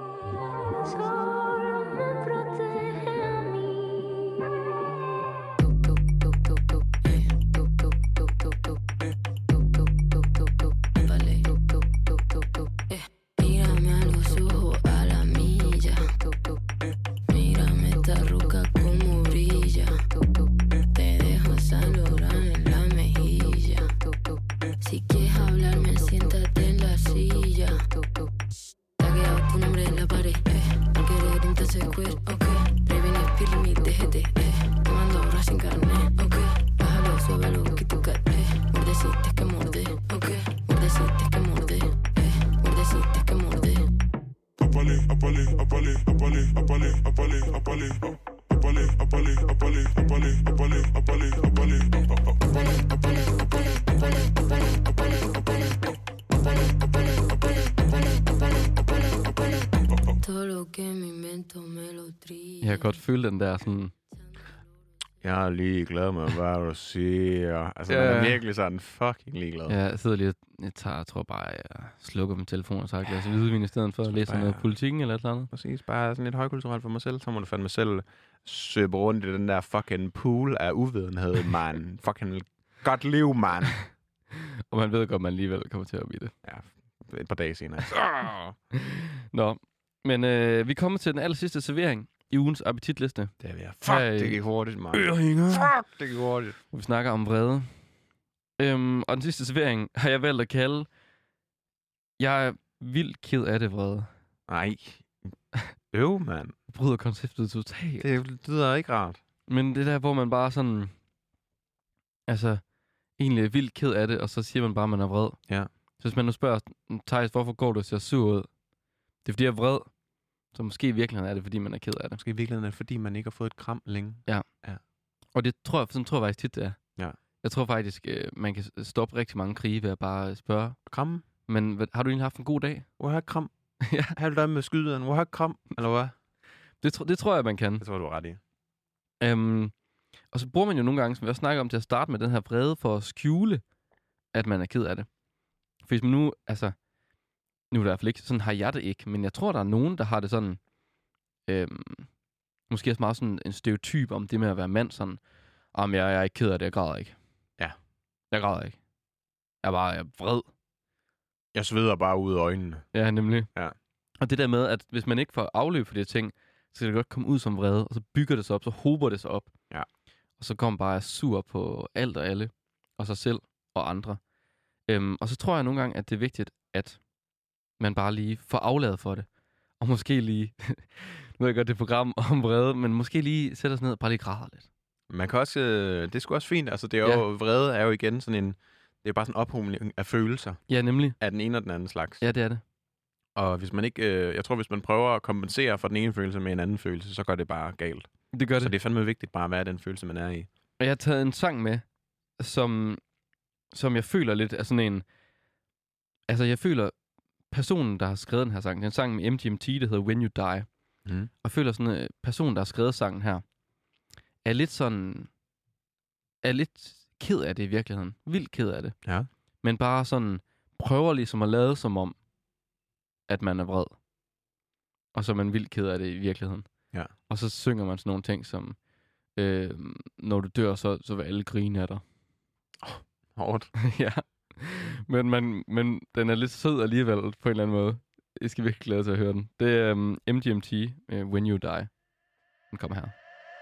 Jeg kan godt føle den der sådan... Jeg er ligeglad med, hvad du siger. Altså, man er virkelig sådan fucking ligeglad. Ja, jeg sidder lige jeg tror bare, jeg slukker min telefon og tager et glas hvidvin i stedet for at læse noget politikken eller et eller andet. Præcis, bare sådan lidt højkulturelt for mig selv. Så må du fandme selv søbe rundt i den der fucking pool af uvidenhed, man. Fucking godt liv, man. Og man ved godt, man alligevel kommer til at blive det. Ja, et par dage senere. Nå, men vi kommer til den aller sidste servering i ugens appetitliste. Det er vi. Fuck, det gik hurtigt, man. Fuck, det gik hurtigt. Vi snakker om vrede. Og den sidste servering har jeg valgt at kalde... Jeg er vildt ked af det vrede. Nej. Mand. Bryder konceptet totalt. Det lyder ikke rart. Men det der, hvor man bare sådan... Altså, egentlig er vildt ked af det, og så siger man bare, at man er vred. Ja. Så hvis man nu spørger, Thijs, hvorfor går du og ser sur ud? Det er, fordi jeg er vred. Så måske i virkeligheden er det, fordi man er ked af det. Måske i virkeligheden er det, fordi man ikke har fået et kram længe. Ja. Og det tror jeg faktisk tit, det er. Ja. Jeg tror faktisk, man kan stoppe rigtig mange krige ved at bare spørge. Kram? Men har du egentlig haft en god dag? Hvor har jeg kram? Ja. Har du der med skyderen? Hvor har jeg kram? Eller hvad? Det tror jeg, man kan. Det tror du er ret i. Og så bruger man jo nogle gange, som vi også snakker om, til at starte med den her vrede for at skjule, at man er ked af det. For hvis man nu, altså... Nu er det i hvert fald ikke, sådan har jeg det ikke, men jeg tror, der er nogen, der har det sådan, måske også meget sådan en stereotyp om det med at være mand, sådan, jeg er ikke ked af det, jeg græder ikke. Ja. Jeg græder ikke. Jeg er vred. Jeg sveder bare ud af øjnene. Ja, nemlig. Ja. Og det der med, at hvis man ikke får afløb for de ting, så kan det godt komme ud som vrede, og så bygger det sig op, så hober det sig op. Ja. Og så kommer bare sur på alt og alle, og sig selv og andre. Og så tror jeg nogle gange, at det er vigtigt, at man bare lige får afladet for det. Og måske lige, nu ved jeg godt, det program om vrede, men måske lige sætter sig ned og bare lige græder lidt. Man kan også, det er sgu også fint, altså det er jo, vrede er jo igen sådan en, det er bare sådan en ophobning af følelser. Ja, nemlig. Af den ene og den anden slags. Ja, det er det. Og hvis man ikke, jeg tror, hvis man prøver at kompensere for den ene følelse med en anden følelse, så går det bare galt. Det gør det. Så det er fandme vigtigt bare at være den følelse, man er i. Og jeg har taget en sang med, som jeg føler lidt er sådan en, altså jeg føler, personen, der har skrevet den her sang, det er en sang med MGMT, der hedder When You Die. Mm. Og jeg føler sådan, at personen, der har skrevet sangen her, er lidt ked af det i virkeligheden. Vildt ked af det. Ja. Men bare sådan, prøver ligesom at lade som om, at man er vred. Og så er man vildt ked af det i virkeligheden. Ja. Og så synger man sådan nogle ting som, når du dør, så vil alle grine af dig. Hårdt. Ja. men den er lidt sød alligevel på en eller anden måde. Jeg skal virkelig glæde til at høre den. Det er MGMT, When You Die. Den kommer her.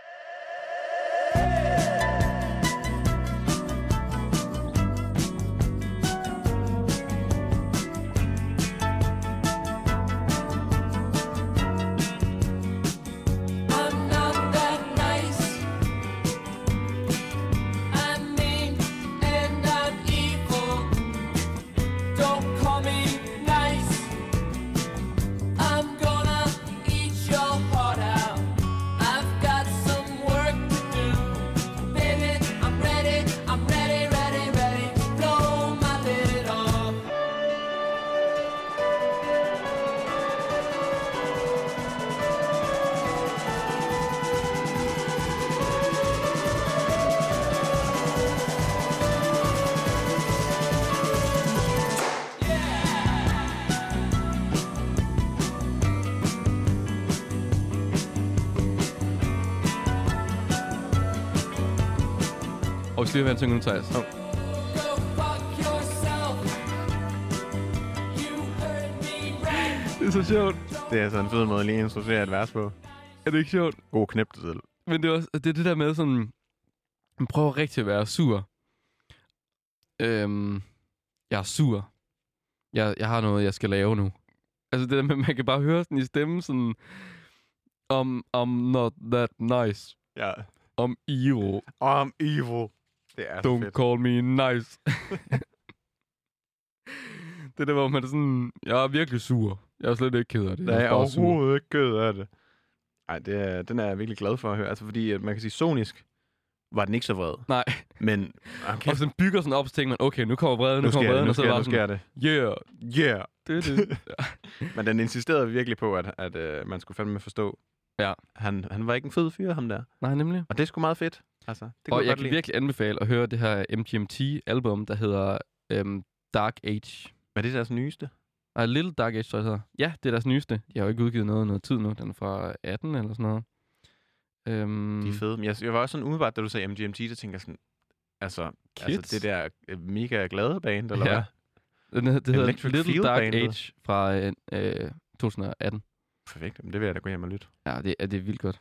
Og skal vi være en synge Thijs? Det er så sjovt. Det er altså en fed måde lige at introducere et vers på. Er det ikke sjovt? God knep det selv. Men det er også det der med sådan... Man prøver rigtig at være sur. Jeg er sur. Jeg har noget, jeg skal lave nu. Altså det der med, man kan bare høre sådan i stemmen sådan... I'm not that nice. Ja. I'm evil. I'm evil. Det er Don't call me nice. Det der, hvor man er sådan... Jeg er virkelig sur. Jeg er slet ikke ked af det. Jeg er overhovedet ikke ked af det. Ej, den er jeg virkelig glad for at høre. Altså fordi, at man kan sige, sonisk var den ikke så vred. Nej. Men... Okay. Og så den bygger sådan op, så tænker man, okay, nu kommer vreden, nu kommer vreden. Nu sker det. Yeah. Yeah. Det. Men den insisterede virkelig på, at man skulle fandme forstå. Ja. Han var ikke en fed fyr, ham der. Nej, nemlig. Og det er sgu meget fedt. Altså, det og jeg kan virkelig anbefale at høre det her MGMT-album, der hedder Dark Age. Er det deres nyeste? Little Dark Age, tror jeg, det hedder. Ja, det er deres nyeste. Jeg har jo ikke udgivet noget tid nu. Den er fra 18 eller sådan noget. De er fede. Men jeg var også sådan umiddelbart, da du sagde MGMT, så tænker jeg sådan, altså det der mega glade band, eller ja. hvad? Det hedder Little Dark Age fra 2018. Perfekt. Men det vil jeg da gå hjem og lytte. Ja, det er vildt godt.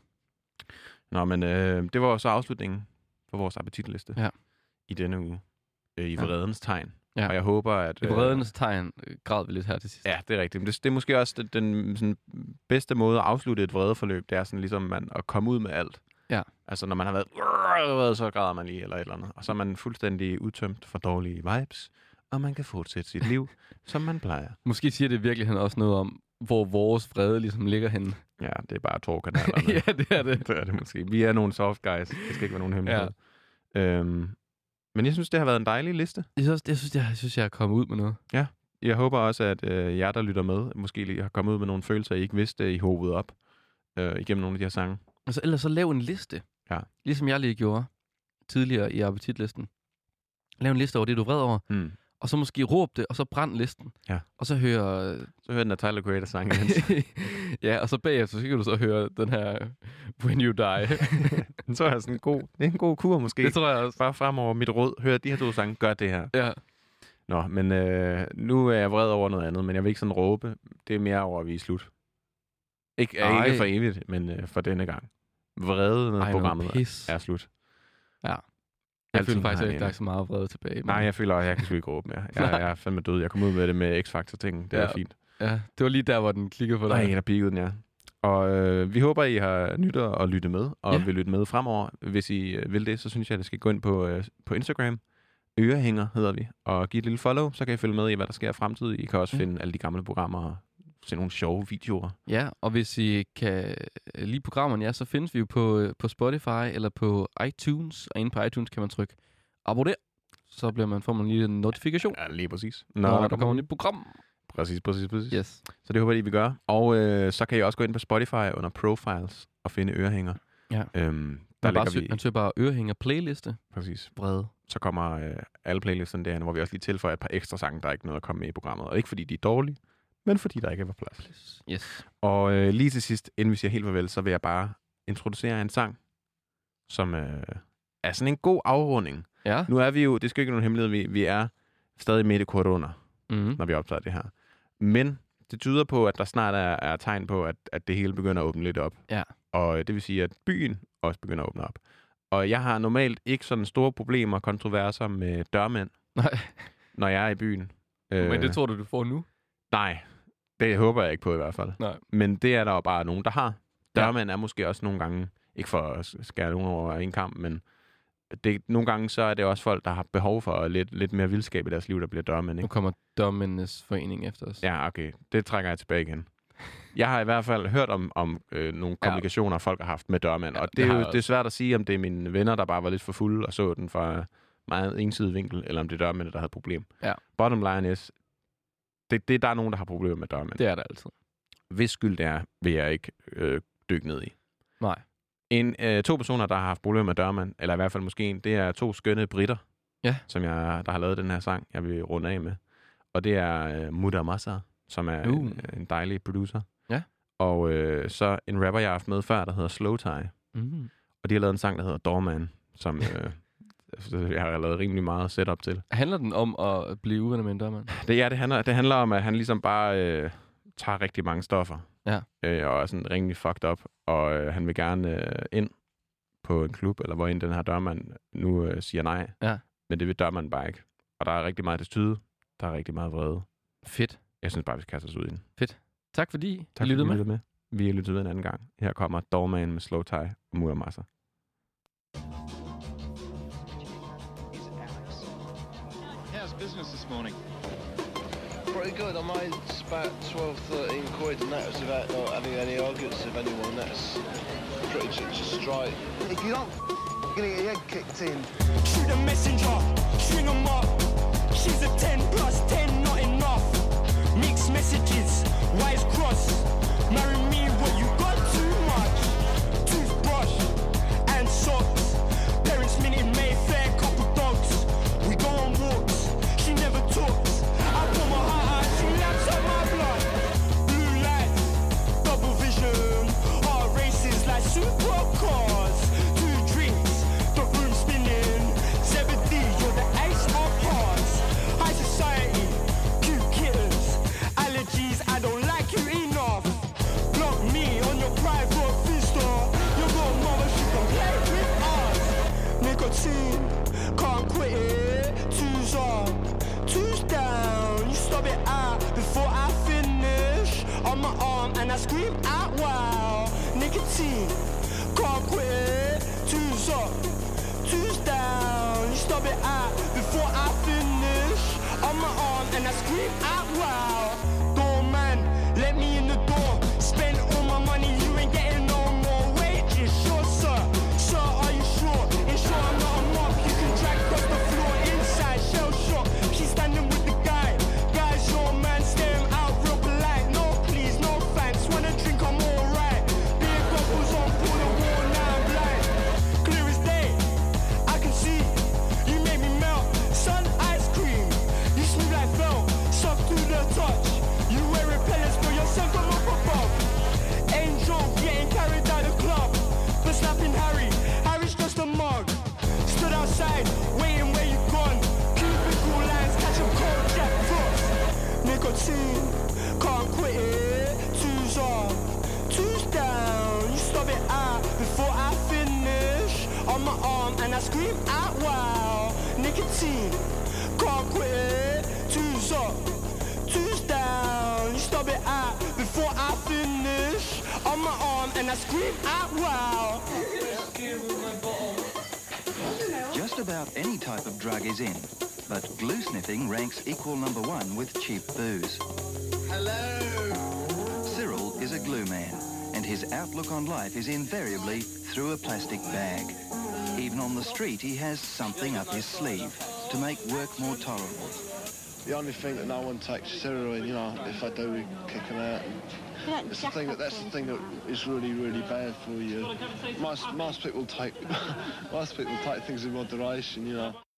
Nå, men det var så afslutningen på vores appetitliste i denne uge. I vredens tegn. Ja. Og jeg håber, at... I vredens tegn græd vi lidt her til sidst. Ja, det er rigtigt. Men det er måske også den sådan, bedste måde at afslutte et vredeforløb. Det er sådan ligesom at komme ud med alt. Ja. Altså, når man har været, så græder man lige eller et eller andet. Og så er man fuldstændig udtømt for dårlige vibes. Og man kan fortsætte sit liv, som man plejer. Måske siger det i virkeligheden også noget om, hvor vores vrede ligesom ligger henne. Ja, det er bare tårkanalerne. Ja, det er det. Det er det måske. Vi er nogle soft guys. Det skal ikke være nogen hemmelighed. Ja. Men jeg synes, det har været en dejlig liste. Jeg synes, jeg er kommet ud med noget. Ja. Jeg håber også, at jer, der lytter med, måske lige har kommet ud med nogle følelser, I ikke vidste, I hovedet op igennem nogle af de her sange. Altså, ellers så lav en liste. Ja. Ligesom jeg lige gjorde tidligere i appetitlisten. Lav en liste over det, du er vred over. Og så måske råb det, og så brænd listen. Ja. Og så hør... Så hør den der Tyler Creator-sang. Ja, og så bagefter, så kan du så høre den her When You Die. Den tror jeg er sådan det er en god kur måske. Det tror jeg også. Bare fremover mit råd. Hør de her to sange, gør det her. Ja. Nå, men nu er jeg vred over noget andet, men jeg vil ikke sådan råbe. Det er mere over, at vi er slut. Ikke for evigt, men for denne gang. Vrede med programmet er slut. Ja. Jeg føler faktisk ikke, der er så meget vrede tilbage. Men... Nej, jeg føler også, at jeg kan sgu ikke råbe mere. Jeg er fandme død. Jeg kom ud med det med X-Factor-ting. Det er fint. Ja, det var lige der, hvor den klikkede for dig. Nej, der pikkede den, ja. Og vi håber, I har nyttet at lytte med, og vil lytte med fremover. Hvis I vil det, så synes jeg, at det skal gå ind på Instagram. Ørehænger hedder vi. Og give et lille follow, så kan I følge med i, hvad der sker i fremtiden. I kan også finde alle de gamle programmer og se nogle sjove videoer. Ja, og hvis I kan lide programmerne, så findes vi jo på Spotify eller på iTunes. Og inde på iTunes kan man trykke abonner. Så får man lige en notifikation. Ja, lige præcis. Når der kommer et nyt program. Præcis. Yes. Så det håber jeg, I vil gøre. Og så kan I også gå ind på Spotify under Profiles og finde Ørehænger. Ja. Man søger bare Ørehænger playliste. Præcis. Brede. Så kommer alle playlisterne derinde, hvor vi også lige tilføjer et par ekstra sange, der er ikke noget at komme med i programmet. Og ikke fordi de er dårlige, men fordi der ikke er plads. Yes. Og lige til sidst, inden vi siger helt farvel, så vil jeg bare introducere en sang, som er sådan en god afrunding. Ja. Nu er vi jo, det skal ikke nogen hemmelighed, vi er stadig midt i corona, når vi optager det her. Men det tyder på, at der snart er tegn på, at det hele begynder at åbne lidt op. Ja. Og det vil sige, at byen også begynder at åbne op. Og jeg har normalt ikke sådan store problemer og kontroverser med dørmænd, når jeg er i byen. Men det tror du får nu? Nej, det håber jeg ikke på i hvert fald. Nej. Men det er der jo bare nogen, der har. Dørmænd er måske også nogle gange, ikke for at skære nogen over en kamp, men nogle gange så er det også folk, der har behov for lidt mere vildskab i deres liv, der bliver dørmænd. Ikke? Nu kommer Dørmændenes Forening efter os. Ja, okay. Det trækker jeg tilbage igen. Jeg har i hvert fald hørt om nogle kommunikationer, folk har haft med dørmænd, og det er svært at sige, om det er mine venner, der bare var lidt for fulde og så den fra meget ensidig vinkel, eller om det er dørmænd, der havde et problem. Ja. Bottom line is, der er nogen, der har problemer med dørmænd. Det er der altid. Hvis skyld det er, vil jeg ikke dykke ned i. Nej. 2 personer, der har haft problemer med dørmænd, eller i hvert fald måske en, det er 2 skønne britter, der har lavet den her sang, jeg vil runde af med. Og det er Muda Masa, som er en dejlig producer. Ja. Og så en rapper, jeg har haft med før, der hedder Slow Tie. Og de har lavet en sang, der hedder Doorman, som jeg har lavet rimelig meget setup til. Handler den om at blive uvenner med en dørmand? Det handler om, at han ligesom bare tager rigtig mange stoffer. Ja. Og er sådan rimelig fucked up. Og han vil gerne ind på en klub, eller hvor end den her dørmand nu siger nej. Ja. Men det vil dørmanden bare ikke. Og der er rigtig meget destyde. Der er rigtig meget vrede. Fedt. Jeg synes bare, vi skal kaste os ud i den. Fedt. Tak fordi I lyttede med. Vi har lyttet med en anden gang. Her kommer Doorman med Slow Tie og Muda Masa. How's business this morning? Pretty good. I made about 12-13 quid, and that was without not having any arguments with anyone. That's pretty just straight. If you don't gonna get your head kicked in. Shoot a messenger, string 'em up. She's a 10 plus 10, not enough. Mixed messages, wise cross. Marry me, what you got too much. Toothbrush and socks. Parents minted Mayfair, couple dogs. We go on walks, she never talks. I put my heart out, she laps up my blood. Blue light, double vision. Heart races like supercars. 2 drinks, the room spinning. Zebedee, you're the ace of hearts. High society, cute kittens. Allergies, I don't like you enough. Block me on your private vista. Your little mama, she can play with us. Nicotine, can't quit it. 2's up, 2's down. You stop it out before I finish. On my arm and I scream out wow. Nicotine, can't quit it. 2's up, 2's down. You stop it out before I finish. On my arm and I scream out wow. Doorman, let me in the door. Spend all my money, you ain't getting no more wages. Sure, sir. Sir, are you sure? Ensure I'm not a mob. You can drag across the floor inside. Shell shock. She's standing with the guy. Guys, your man, stare him out real polite. No, please, no thanks. Wanna drink, I'm alright. Beer goggles on, pull the wall, now I'm blind. Clear as day, I can see. You make me melt. Sun ice cream. You smooth like felt. Soft to the touch. You wear repellents for yourself, come up above. Angel getting carried out the club. For slapping Harry. Harry's just a mug. Stood outside, waiting where you gone. Cubicle lines, catch a cold Jack Frost. Nicotine, can't quit it. 2's up, 2's down. You stop it out before I finish. On my arm and I scream out wow. Nicotine, can't quit it. 2's up, 2's down. You stop it out before I finish. On my arm and I scream out wow. Just about any type of drug is in, but glue sniffing ranks equal number 1 with cheap booze. Hello. Cyril is a glue man, and his outlook on life is invariably through a plastic bag. Even on the street, he has something up his sleeve to make work more tolerable. The only thing that no one takes is heroin, you know, if I do, we kick them out. That's the thing that is really, really bad for you. Most people take things in moderation, you know.